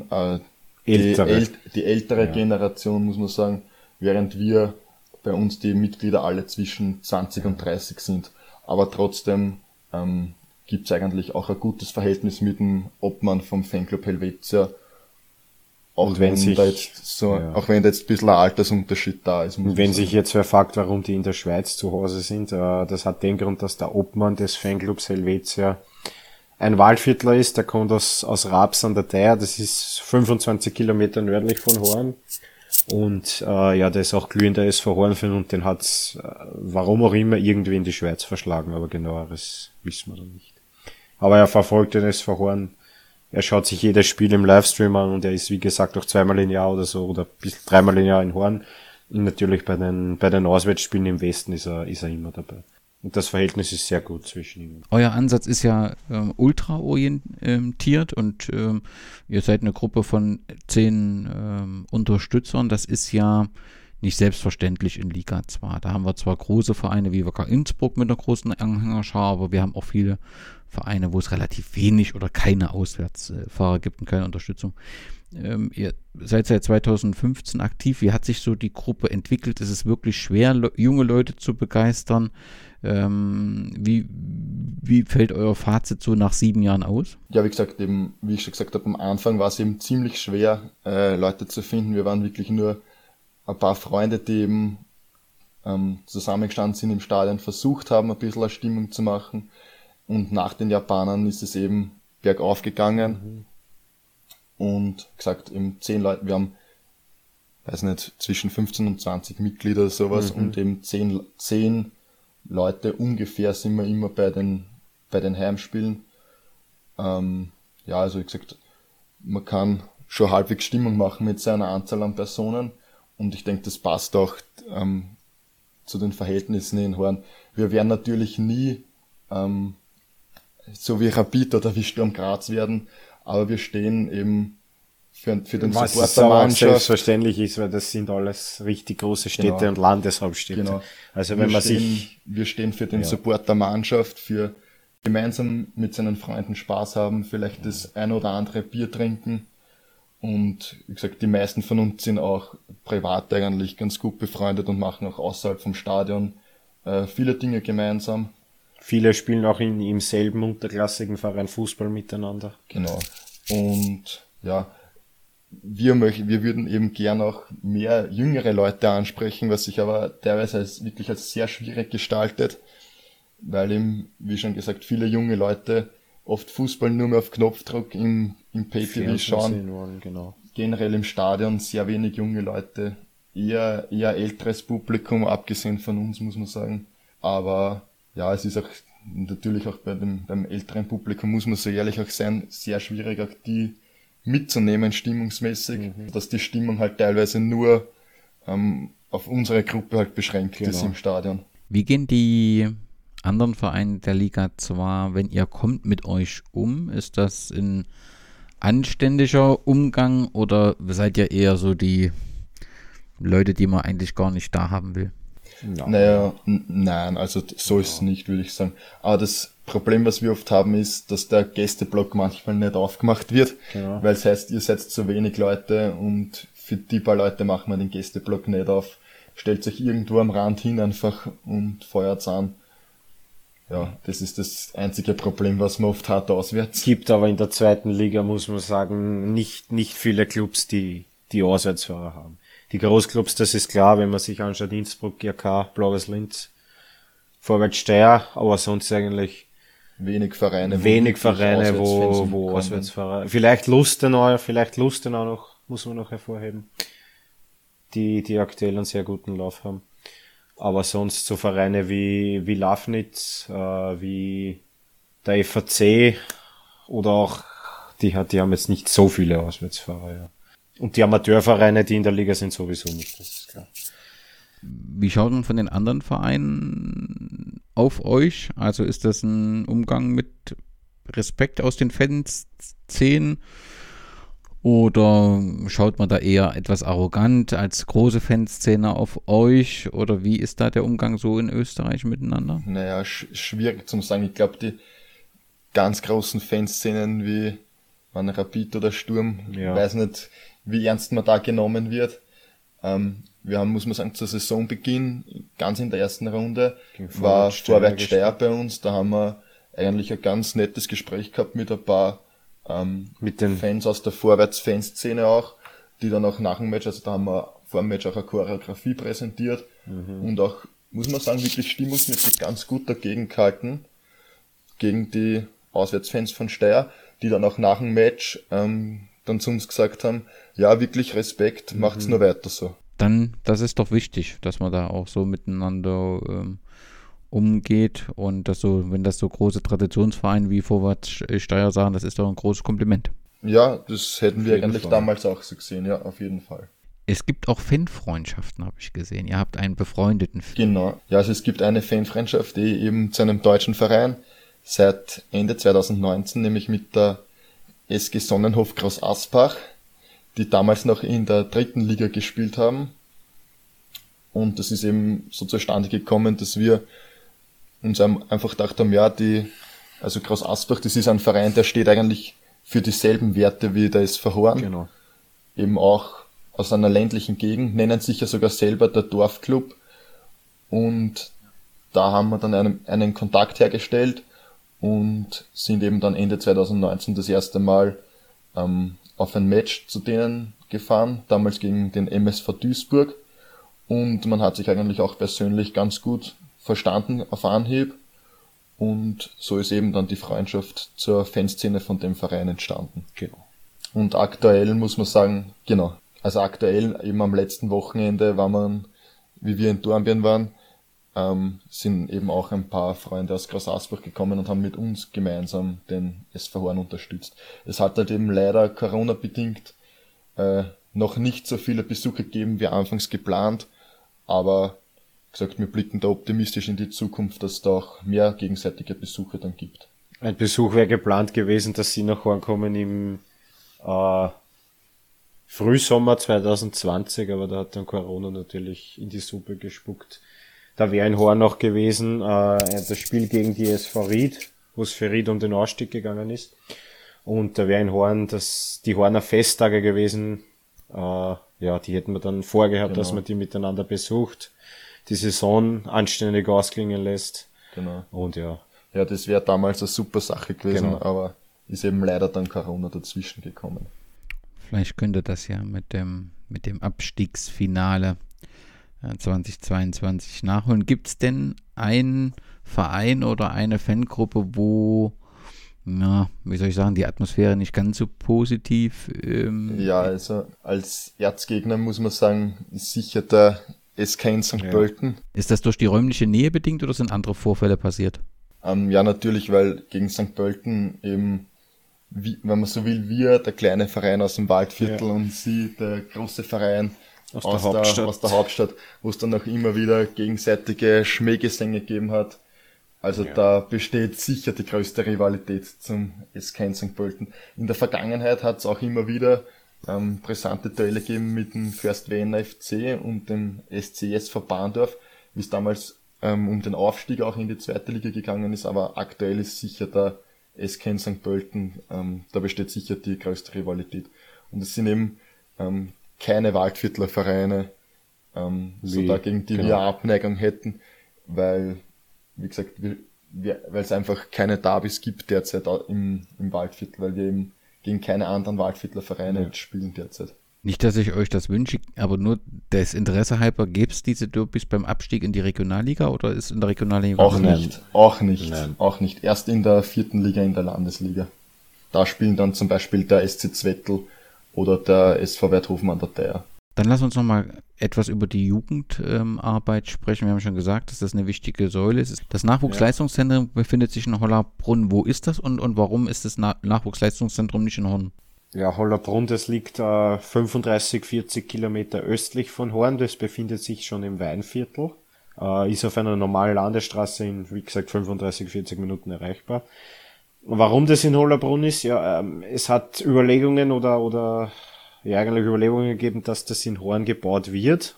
ältere Generation, muss man sagen, während wir bei uns die Mitglieder alle zwischen 20 und 30 sind. Aber trotzdem gibt es eigentlich auch ein gutes Verhältnis mit dem Obmann vom Fanclub Helvetia. Auch wenn da jetzt ein bisschen ein Altersunterschied da ist. Und wenn sich jetzt wer fragt, warum die in der Schweiz zu Hause sind, das hat den Grund, dass der Obmann des Fanclubs Helvetia ein Waldviertler ist, der kommt aus Raps an der Theier, das ist 25 Kilometer nördlich von Horn. Und der ist auch glühender SV Horn-Fan, und den hat's, warum auch immer, irgendwie in die Schweiz verschlagen, aber genaueres wissen wir dann nicht. Aber er verfolgt den SV Horn, er schaut sich jedes Spiel im Livestream an, und er ist, wie gesagt, auch 2-mal im Jahr oder so, oder bis 3-mal im Jahr in Horn. Und natürlich bei den Auswärtsspielen im Westen ist er immer dabei. Und das Verhältnis ist sehr gut zwischen ihnen. Euer Ansatz ist ja ultraorientiert, und ihr seid eine Gruppe von 10 Unterstützern. Das ist ja nicht selbstverständlich in Liga 2. Da haben wir zwar große Vereine wie Wacker Innsbruck mit einer großen Anhängerschar, aber wir haben auch viele Vereine, wo es relativ wenig oder keine Auswärtsfahrer gibt und keine Unterstützung. Ihr seid seit 2015 aktiv. Wie hat sich so die Gruppe entwickelt? Ist es wirklich schwer, junge Leute zu begeistern? Wie fällt euer Fazit so nach 7 Jahren aus? Ja, wie gesagt, eben, wie ich schon gesagt habe, am Anfang war es eben ziemlich schwer, Leute zu finden. Wir waren wirklich nur ein paar Freunde, die eben zusammengestanden sind im Stadion, versucht haben, ein bisschen eine Stimmung zu machen. Und nach den Japanern ist es eben bergauf gegangen. Und gesagt, eben 10 Leute, wir haben, weiß nicht, zwischen 15 und 20 Mitglieder oder sowas, und eben 10 Leute ungefähr sind wir immer bei den Heimspielen. Also wie gesagt, man kann schon halbwegs Stimmung machen mit seiner Anzahl an Personen, und ich denke, das passt auch zu den Verhältnissen in Horn. Wir werden natürlich nie so wie Rapid oder wie Sturm Graz werden, aber wir stehen eben für den Support der Mannschaft. Selbstverständlich ist, weil das sind alles richtig große Städte und Landeshauptstädte. Genau. Also wenn wir stehen für den Support der Mannschaft, für gemeinsam mit seinen Freunden Spaß haben, vielleicht das ein oder andere Bier trinken. Und wie gesagt, die meisten von uns sind auch privat eigentlich ganz gut befreundet und machen auch außerhalb vom Stadion viele Dinge gemeinsam. Viele spielen auch im selben unterklassigen Verein Fußball miteinander. Genau. Und ja, wir würden eben gern auch mehr jüngere Leute ansprechen, was sich aber teilweise wirklich als sehr schwierig gestaltet, weil eben, wie schon gesagt, viele junge Leute oft Fußball nur mehr auf Knopfdruck im Pay-TV schauen. Genau. Generell im Stadion sehr wenig junge Leute, eher älteres Publikum, abgesehen von uns, muss man sagen. Aber ja, es ist auch natürlich auch beim älteren Publikum, muss man so ehrlich auch sein, sehr schwierig, auch die mitzunehmen, stimmungsmäßig, dass die Stimmung halt teilweise nur auf unsere Gruppe halt beschränkt ist im Stadion. Wie gehen die anderen Vereine der Liga 2, wenn ihr kommt, mit euch um? Ist das ein anständiger Umgang oder seid ihr eher so die Leute, die man eigentlich gar nicht da haben will? Naja, nein, also so ist es nicht, würde ich sagen. Aber das Problem, was wir oft haben, ist, dass der Gästeblock manchmal nicht aufgemacht wird, weil es heißt, ihr seid zu wenig Leute und für die paar Leute machen wir den Gästeblock nicht auf. Stellt sich irgendwo am Rand hin einfach und feuert's an. Ja, das ist das einzige Problem, was man oft hat auswärts. Es gibt aber in der zweiten Liga, muss man sagen, nicht viele Clubs, die Auswärtsfahrer haben. Die Großclubs, das ist klar, wenn man sich anschaut, Innsbruck, GRK, Blaues Linz, Vorwärts Steyr, aber sonst eigentlich wenig Vereine, wo Auswärtsfahrer, vielleicht Lustenau noch, muss man noch hervorheben, die aktuell einen sehr guten Lauf haben. Aber sonst so Vereine wie Lafnitz, wie der FAC oder auch, die haben jetzt nicht so viele Auswärtsfahrer, ja. Und die Amateurvereine, die in der Liga sind, sowieso nicht, das ist klar. Wie schaut man von den anderen Vereinen auf euch? Also ist das ein Umgang mit Respekt aus den Fanszenen? Oder schaut man da eher etwas arrogant als große Fanszene auf euch? Oder wie ist da der Umgang so in Österreich miteinander? Naja, schwierig zu sagen. Ich glaube, die ganz großen Fanszenen wie Rapid oder Sturm, weiß nicht, wie ernst man da genommen wird. Wir haben, muss man sagen, zu Saisonbeginn, ganz in der ersten Runde, war Vorwärts Steyr bei uns. Da haben wir eigentlich ein ganz nettes Gespräch gehabt mit ein paar mit den Fans aus der Vorwärts-Fanszene auch, die dann auch nach dem Match, also da haben wir vor dem Match auch eine Choreografie präsentiert und auch, muss man sagen, wirklich stimmungsmäßig ganz gut dagegen gehalten, gegen die Auswärtsfans von Steyr, die dann auch nach dem Match dann zu uns gesagt haben, ja, wirklich Respekt, macht's nur weiter so. Dann, das ist doch wichtig, dass man da auch so miteinander umgeht und das so, wenn das so große Traditionsvereine wie Vorwärts Steyr sagen, das ist doch ein großes Kompliment. Ja, das hätten wir eigentlich damals auch so gesehen, ja, auf jeden Fall. Es gibt auch Fanfreundschaften, habe ich gesehen. Ihr habt einen befreundeten Fan. Genau, ja, also es gibt eine Fanfreundschaft, die eben zu einem deutschen Verein seit Ende 2019, nämlich mit der SG Sonnenhof Groß Aspach, die damals noch in der 3. Liga gespielt haben. Und das ist eben so zustande gekommen, dass wir uns einfach gedacht haben, ja, also Groß Aspach, das ist ein Verein, der steht eigentlich für dieselben Werte wie der SV Horn. Genau. Eben auch aus einer ländlichen Gegend, nennen sich ja sogar selber der Dorfclub. Und da haben wir dann einen Kontakt hergestellt und sind eben dann Ende 2019 das erste Mal auf ein Match zu denen gefahren, damals gegen den MSV Duisburg. Und man hat sich eigentlich auch persönlich ganz gut verstanden auf Anhieb. Und so ist eben dann die Freundschaft zur Fanszene von dem Verein entstanden. Genau. Und aktuell muss man sagen, genau, also aktuell eben am letzten Wochenende wie wir in Dornbirn waren, sind eben auch ein paar Freunde aus Groß Aspach gekommen und haben mit uns gemeinsam den SV Horn unterstützt. Es hat halt eben leider Corona-bedingt noch nicht so viele Besucher gegeben wie anfangs geplant, aber gesagt, wir blicken da optimistisch in die Zukunft, dass es da auch mehr gegenseitige Besucher dann gibt. Ein Besuch wäre geplant gewesen, dass sie nach Horn kommen im Frühsommer 2020, aber da hat dann Corona natürlich in die Suppe gespuckt. Da wäre in Horn noch gewesen das Spiel gegen die SV Ried, wo es für Ried um den Ausstieg gegangen ist. Und da wäre in Horn die Horner Festtage gewesen. Die hätten wir dann vorgehabt, dass man die miteinander besucht, die Saison anständig ausklingen lässt. Genau. Und ja, das wäre damals eine super Sache gewesen, Genau. aber ist eben leider dann Corona dazwischen gekommen. Vielleicht könnte das ja mit dem Abstiegsfinale 2022 nachholen. Gibt es denn einen Verein oder eine Fangruppe, wo, die Atmosphäre nicht ganz so positiv? Also als Erzgegner muss man sagen, ist sicher der SK in St. Pölten. Ist das durch die räumliche Nähe bedingt oder sind andere Vorfälle passiert? Natürlich, weil gegen St. Pölten eben, wenn man so will, wir, der kleine Verein aus dem Waldviertel und sie, der große Verein aus der Hauptstadt, wo es dann auch immer wieder gegenseitige Schmähgesänge gegeben hat. Also da besteht sicher die größte Rivalität zum SK in St. Pölten. In der Vergangenheit hat es auch immer wieder brisante Duelle gegeben mit dem Först Wiener FC und dem SCS Bahndorf, wie es damals um den Aufstieg auch in die zweite Liga gegangen ist, aber aktuell ist sicher der SK in St. Pölten, da besteht sicher die größte Rivalität. Und es sind eben keine Waldviertler Vereine, gegen die wir Abneigung hätten, weil, wie gesagt, weil es einfach keine Derbys gibt derzeit im Waldviertel, weil wir eben gegen keine anderen Waldviertler Vereine spielen derzeit. Nicht, dass ich euch das wünsche, aber nur des Interesse halber, gäbe es diese Derbys beim Abstieg in die Regionalliga oder ist in der Regionalliga? Auch nicht. Erst in der 4. Liga, in der Landesliga. Da spielen dann zum Beispiel der SC Zwettl oder der SV Werthofen an der Theier. Dann lass uns nochmal etwas über die Jugendarbeit sprechen. Wir haben schon gesagt, dass das eine wichtige Säule ist. Das Nachwuchsleistungszentrum befindet sich in Hollabrunn. Wo ist das und warum ist das Nachwuchsleistungszentrum nicht in Horn? Ja, Hollabrunn, das liegt 35-40 Kilometer östlich von Horn. Das befindet sich schon im Weinviertel. Ist auf einer normalen Landesstraße in, wie gesagt, 35-40 Minuten erreichbar. Warum das in Hollabrunn ist? Ja, es hat Überlegungen eigentlich Überlegungen gegeben, dass das in Horn gebaut wird.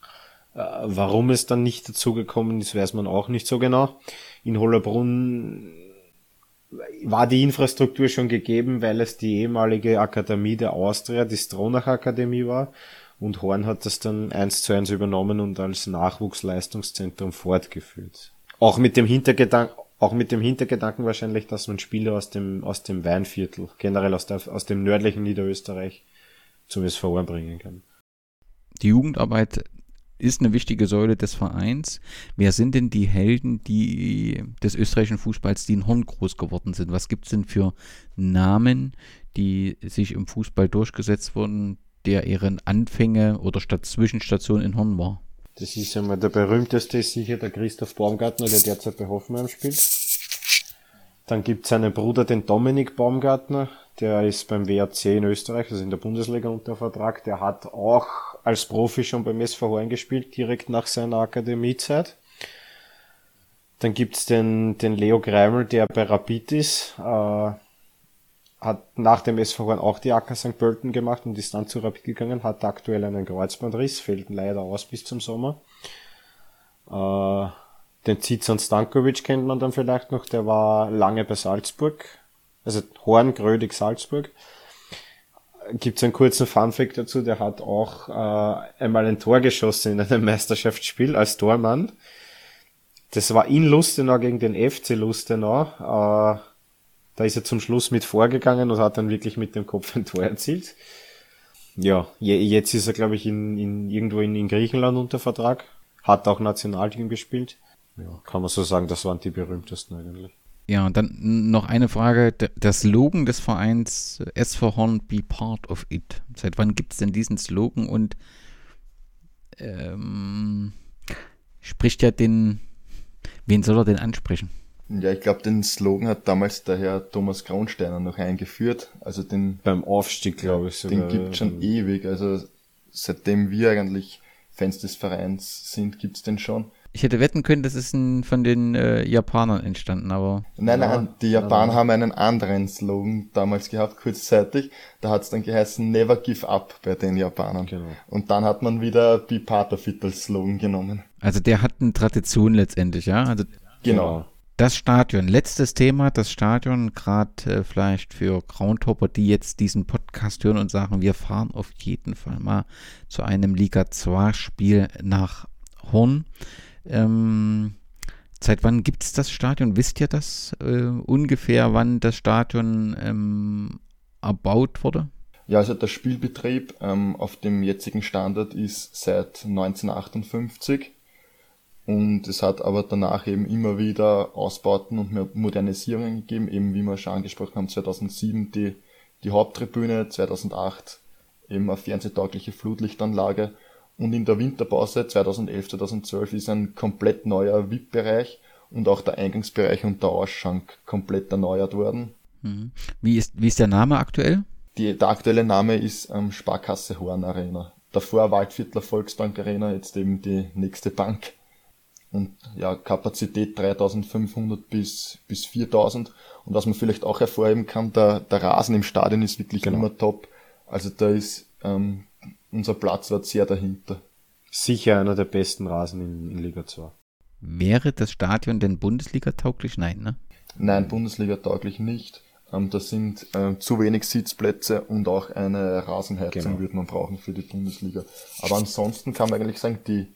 Warum es dann nicht dazu gekommen ist, weiß man auch nicht so genau. In Hollabrunn war die Infrastruktur schon gegeben, weil es die ehemalige Akademie der Austria, die Stronach Akademie war. Und Horn hat das dann 1:1 übernommen und als Nachwuchsleistungszentrum fortgeführt. Auch mit dem Hintergedanken wahrscheinlich, dass man Spieler aus dem Weinviertel, generell aus dem nördlichen Niederösterreich, zum SV bringen kann. Die Jugendarbeit ist eine wichtige Säule des Vereins. Wer sind denn die Helden des österreichischen Fußballs, die in Horn groß geworden sind? Was gibt es denn für Namen, die sich im Fußball durchgesetzt wurden, der ihren Anfänge oder Zwischenstation in Horn war? Das ist einmal der berühmteste, ist sicher der Christoph Baumgartner, der derzeit bei Hoffenheim spielt. Dann gibt es seinen Bruder, den Dominik Baumgartner, der ist beim WRC in Österreich, also in der Bundesliga unter Vertrag. Der hat auch als Profi schon beim SV Horn gespielt, direkt nach seiner Akademiezeit. Dann gibt's den Leo Greimel, der bei Rapid ist, hat nach dem SV Horn auch die AK St. Pölten gemacht und ist dann zu Rapid gegangen, hat aktuell einen Kreuzbandriss, fällt leider aus bis zum Sommer. Den Zizan Stankovic kennt man dann vielleicht noch, der war lange bei Salzburg, also Horn, Grödig, Salzburg. Gibt's einen kurzen Funfact dazu, der hat auch einmal ein Tor geschossen in einem Meisterschaftsspiel als Tormann. Das war in Lustenau gegen den FC Lustenau. Da ist er zum Schluss mit vorgegangen und hat dann wirklich mit dem Kopf ein Tor erzielt. Ja, jetzt ist er, glaube ich, irgendwo in Griechenland unter Vertrag. Hat auch Nationalteam gespielt. Ja, kann man so sagen, das waren die berühmtesten eigentlich. Ja, und dann noch eine Frage. Der Slogan des Vereins SV Horn, be part of it. Seit wann gibt es denn diesen Slogan und spricht ja wen soll er denn ansprechen? Ja, ich glaube, den Slogan hat damals der Herr Thomas Kronsteiner noch eingeführt. Also beim Aufstieg, glaube ich. Den gibt es schon ewig. Also seitdem wir eigentlich Fans des Vereins sind, gibt's den schon. Ich hätte wetten können, das ist von den Japanern entstanden, aber... Nein, die Japaner haben einen anderen Slogan damals gehabt, kurzzeitig. Da hat es dann geheißen, never give up bei den Japanern. Genau. Und dann hat man wieder Be Part of It als Slogan genommen. Also der hat eine Tradition letztendlich, ja? Also Genau. Das Stadion, letztes Thema, das Stadion, gerade vielleicht für Groundhopper, die jetzt diesen Podcast hören und sagen, wir fahren auf jeden Fall mal zu einem Liga-2-Spiel nach Horn. Seit wann gibt es das Stadion? Wisst ihr das ungefähr, wann das Stadion erbaut wurde? Ja, also der Spielbetrieb auf dem jetzigen Standort ist seit 1958 und es hat aber danach eben immer wieder Ausbauten und Modernisierungen gegeben, eben wie wir schon angesprochen haben, 2007 die Haupttribüne, 2008 eben eine fernsehtaugliche Flutlichtanlage. Und in der Winterpause 2011, 2012 ist ein komplett neuer VIP-Bereich und auch der Eingangsbereich und der Ausschank komplett erneuert worden. Mhm. Wie ist der Name aktuell? Der aktuelle Name ist Sparkasse Horn Arena. Davor Waldviertler Volksbank Arena, jetzt eben die nächste Bank. Und ja, Kapazität 3500 bis 4000. Und was man vielleicht auch hervorheben kann, der Rasen im Stadion ist wirklich immer top. Also da ist unser Platzwart sehr dahinter. Sicher einer der besten Rasen in Liga 2. Wäre das Stadion denn Bundesliga-tauglich? Nein, ne? Nein, Bundesliga-tauglich nicht. Da sind zu wenig Sitzplätze und auch eine Rasenheizung würde man brauchen für die Bundesliga. Aber ansonsten kann man eigentlich sagen,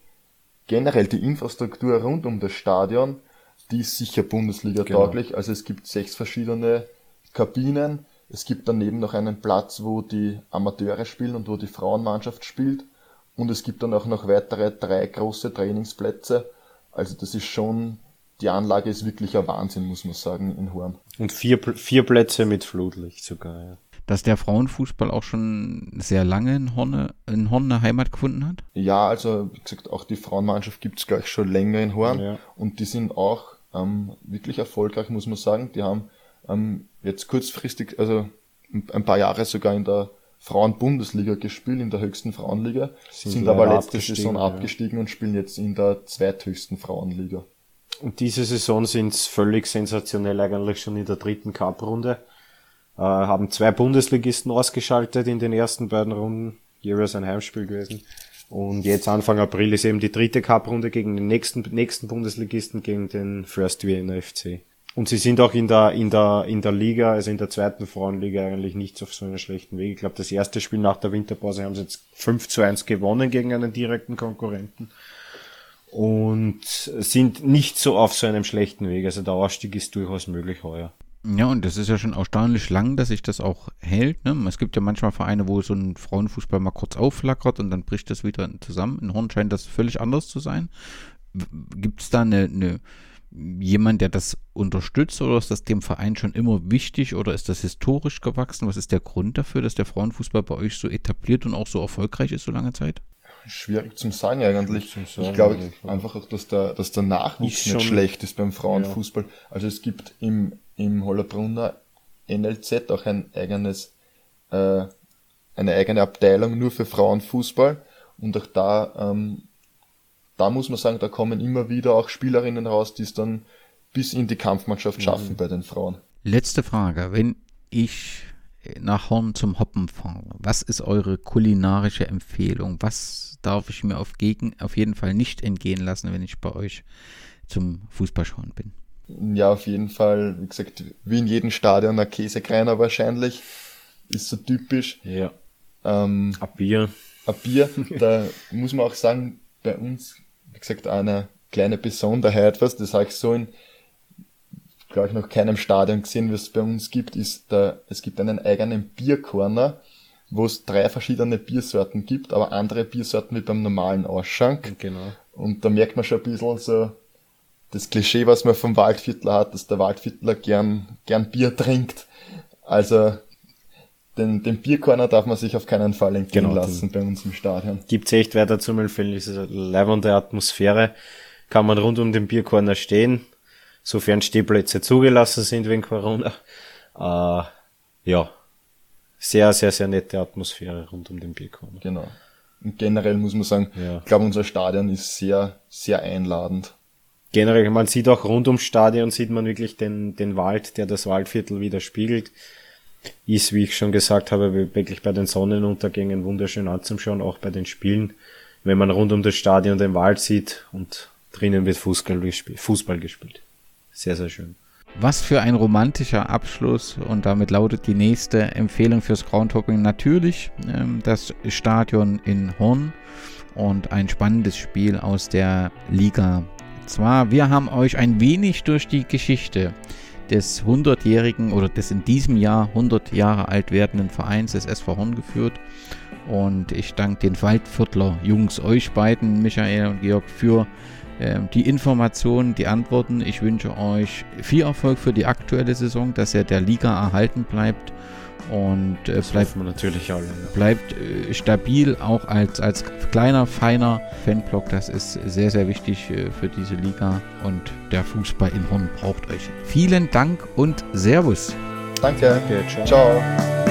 generell die Infrastruktur rund um das Stadion, die ist sicher Bundesliga-tauglich. Also es gibt 6 verschiedene Kabinen. Es gibt daneben noch einen Platz, wo die Amateure spielen und wo die Frauenmannschaft spielt. Und es gibt dann auch noch weitere 3 große Trainingsplätze. Also das ist schon, die Anlage ist wirklich ein Wahnsinn, muss man sagen, in Horn. Und 4 Plätze mit Flutlicht sogar, ja. Dass der Frauenfußball auch schon sehr lange in Horn eine Heimat gefunden hat? Ja, also wie gesagt, auch die Frauenmannschaft gibt es gleich schon länger in Horn. Ja. Und die sind auch wirklich erfolgreich, muss man sagen. Die haben jetzt kurzfristig, also ein paar Jahre sogar in der Frauen-Bundesliga gespielt, in der höchsten Frauenliga, sind aber letzte Saison abgestiegen und spielen jetzt in der zweithöchsten Frauenliga. Und diese Saison sind es völlig sensationell eigentlich schon in der 3. Cup-Runde. Haben 2 Bundesligisten ausgeschaltet in den ersten beiden Runden, jeweils ein Heimspiel gewesen. Und jetzt Anfang April ist eben die 3. Cup-Runde gegen den nächsten Bundesligisten, gegen den First Vienna FC. Und sie sind auch in der Liga, also in der 2. Frauenliga eigentlich nicht auf so einer schlechten Weg. Ich glaube, das erste Spiel nach der Winterpause haben sie jetzt 5-1 gewonnen gegen einen direkten Konkurrenten. Und sind nicht so auf so einem schlechten Weg. Also der Ausstieg ist durchaus möglich heuer. Ja, und das ist ja schon erstaunlich lang, dass sich das auch hält. Ne? Es gibt ja manchmal Vereine, wo so ein Frauenfußball mal kurz aufflackert und dann bricht das wieder zusammen. In Horn scheint das völlig anders zu sein. Gibt es da jemand, der das unterstützt, oder ist das dem Verein schon immer wichtig oder ist das historisch gewachsen? Was ist der Grund dafür, dass der Frauenfußball bei euch so etabliert und auch so erfolgreich ist so lange Zeit? Schwierig zum sagen eigentlich. Ich glaube einfach auch, dass der Nachwuchs nicht schlecht ist beim Frauenfußball. Ja. Also es gibt im Hollabrunner NLZ auch eine eigene Abteilung nur für Frauenfußball und auch da muss man sagen, da kommen immer wieder auch Spielerinnen raus, die es dann bis in die Kampfmannschaft schaffen bei den Frauen. Letzte Frage, wenn ich nach Horn zum Hoppen fahre, was ist eure kulinarische Empfehlung? Was darf ich mir auf jeden Fall nicht entgehen lassen, wenn ich bei euch zum Fußballschauen bin? Ja, auf jeden Fall, wie gesagt, wie in jedem Stadion ein Käsekreiner wahrscheinlich, ist so typisch. Ja. Ein Bier. Da muss man auch sagen, bei uns, wie gesagt, eine kleine Besonderheit, das habe ich so glaube ich, noch keinem Stadion gesehen, wie es bei uns gibt, es gibt einen eigenen Bierkorner, wo es 3 verschiedene Biersorten gibt, aber andere Biersorten wie beim normalen Ausschank. Genau. Und da merkt man schon ein bisschen so das Klischee, was man vom Waldviertler hat, dass der Waldviertler gern Bier trinkt. Also den Bierkorner darf man sich auf keinen Fall entgehen lassen bei uns im Stadion. Gibt's echt weiter zum Empfehlen, ist eine leibende Atmosphäre. Kann man rund um den Bierkorner stehen, sofern Stehplätze zugelassen sind wegen Corona. Ja, sehr, sehr, sehr nette Atmosphäre rund um den Bierkorner. Genau. Und generell muss man sagen, ich glaube, unser Stadion ist sehr, sehr einladend. Generell, man sieht auch rund ums Stadion, sieht man wirklich den Wald, der das Waldviertel widerspiegelt. Ist, wie ich schon gesagt habe, wirklich bei den Sonnenuntergängen wunderschön anzuschauen, auch bei den Spielen, wenn man rund um das Stadion den Wald sieht und drinnen wird Fußball gespielt. Sehr, sehr schön. Was für ein romantischer Abschluss, und damit lautet die nächste Empfehlung fürs Groundhopping natürlich das Stadion in Horn und ein spannendes Spiel aus der Liga. Zwar, wir haben euch ein wenig durch die Geschichte des 100-jährigen oder des in diesem Jahr 100 Jahre alt werdenden Vereins des SV Horn geführt, und ich danke den Waldviertler Jungs, euch beiden, Michael und Georg, für die Informationen, die Antworten. Ich wünsche euch viel Erfolg für die aktuelle Saison, dass ihr der Liga erhalten bleibt und bleibt stabil, auch als kleiner, feiner Fanblock. Das ist sehr, sehr wichtig für diese Liga, und der Fußball in Horn braucht euch. Vielen Dank und Servus. Danke. Ciao.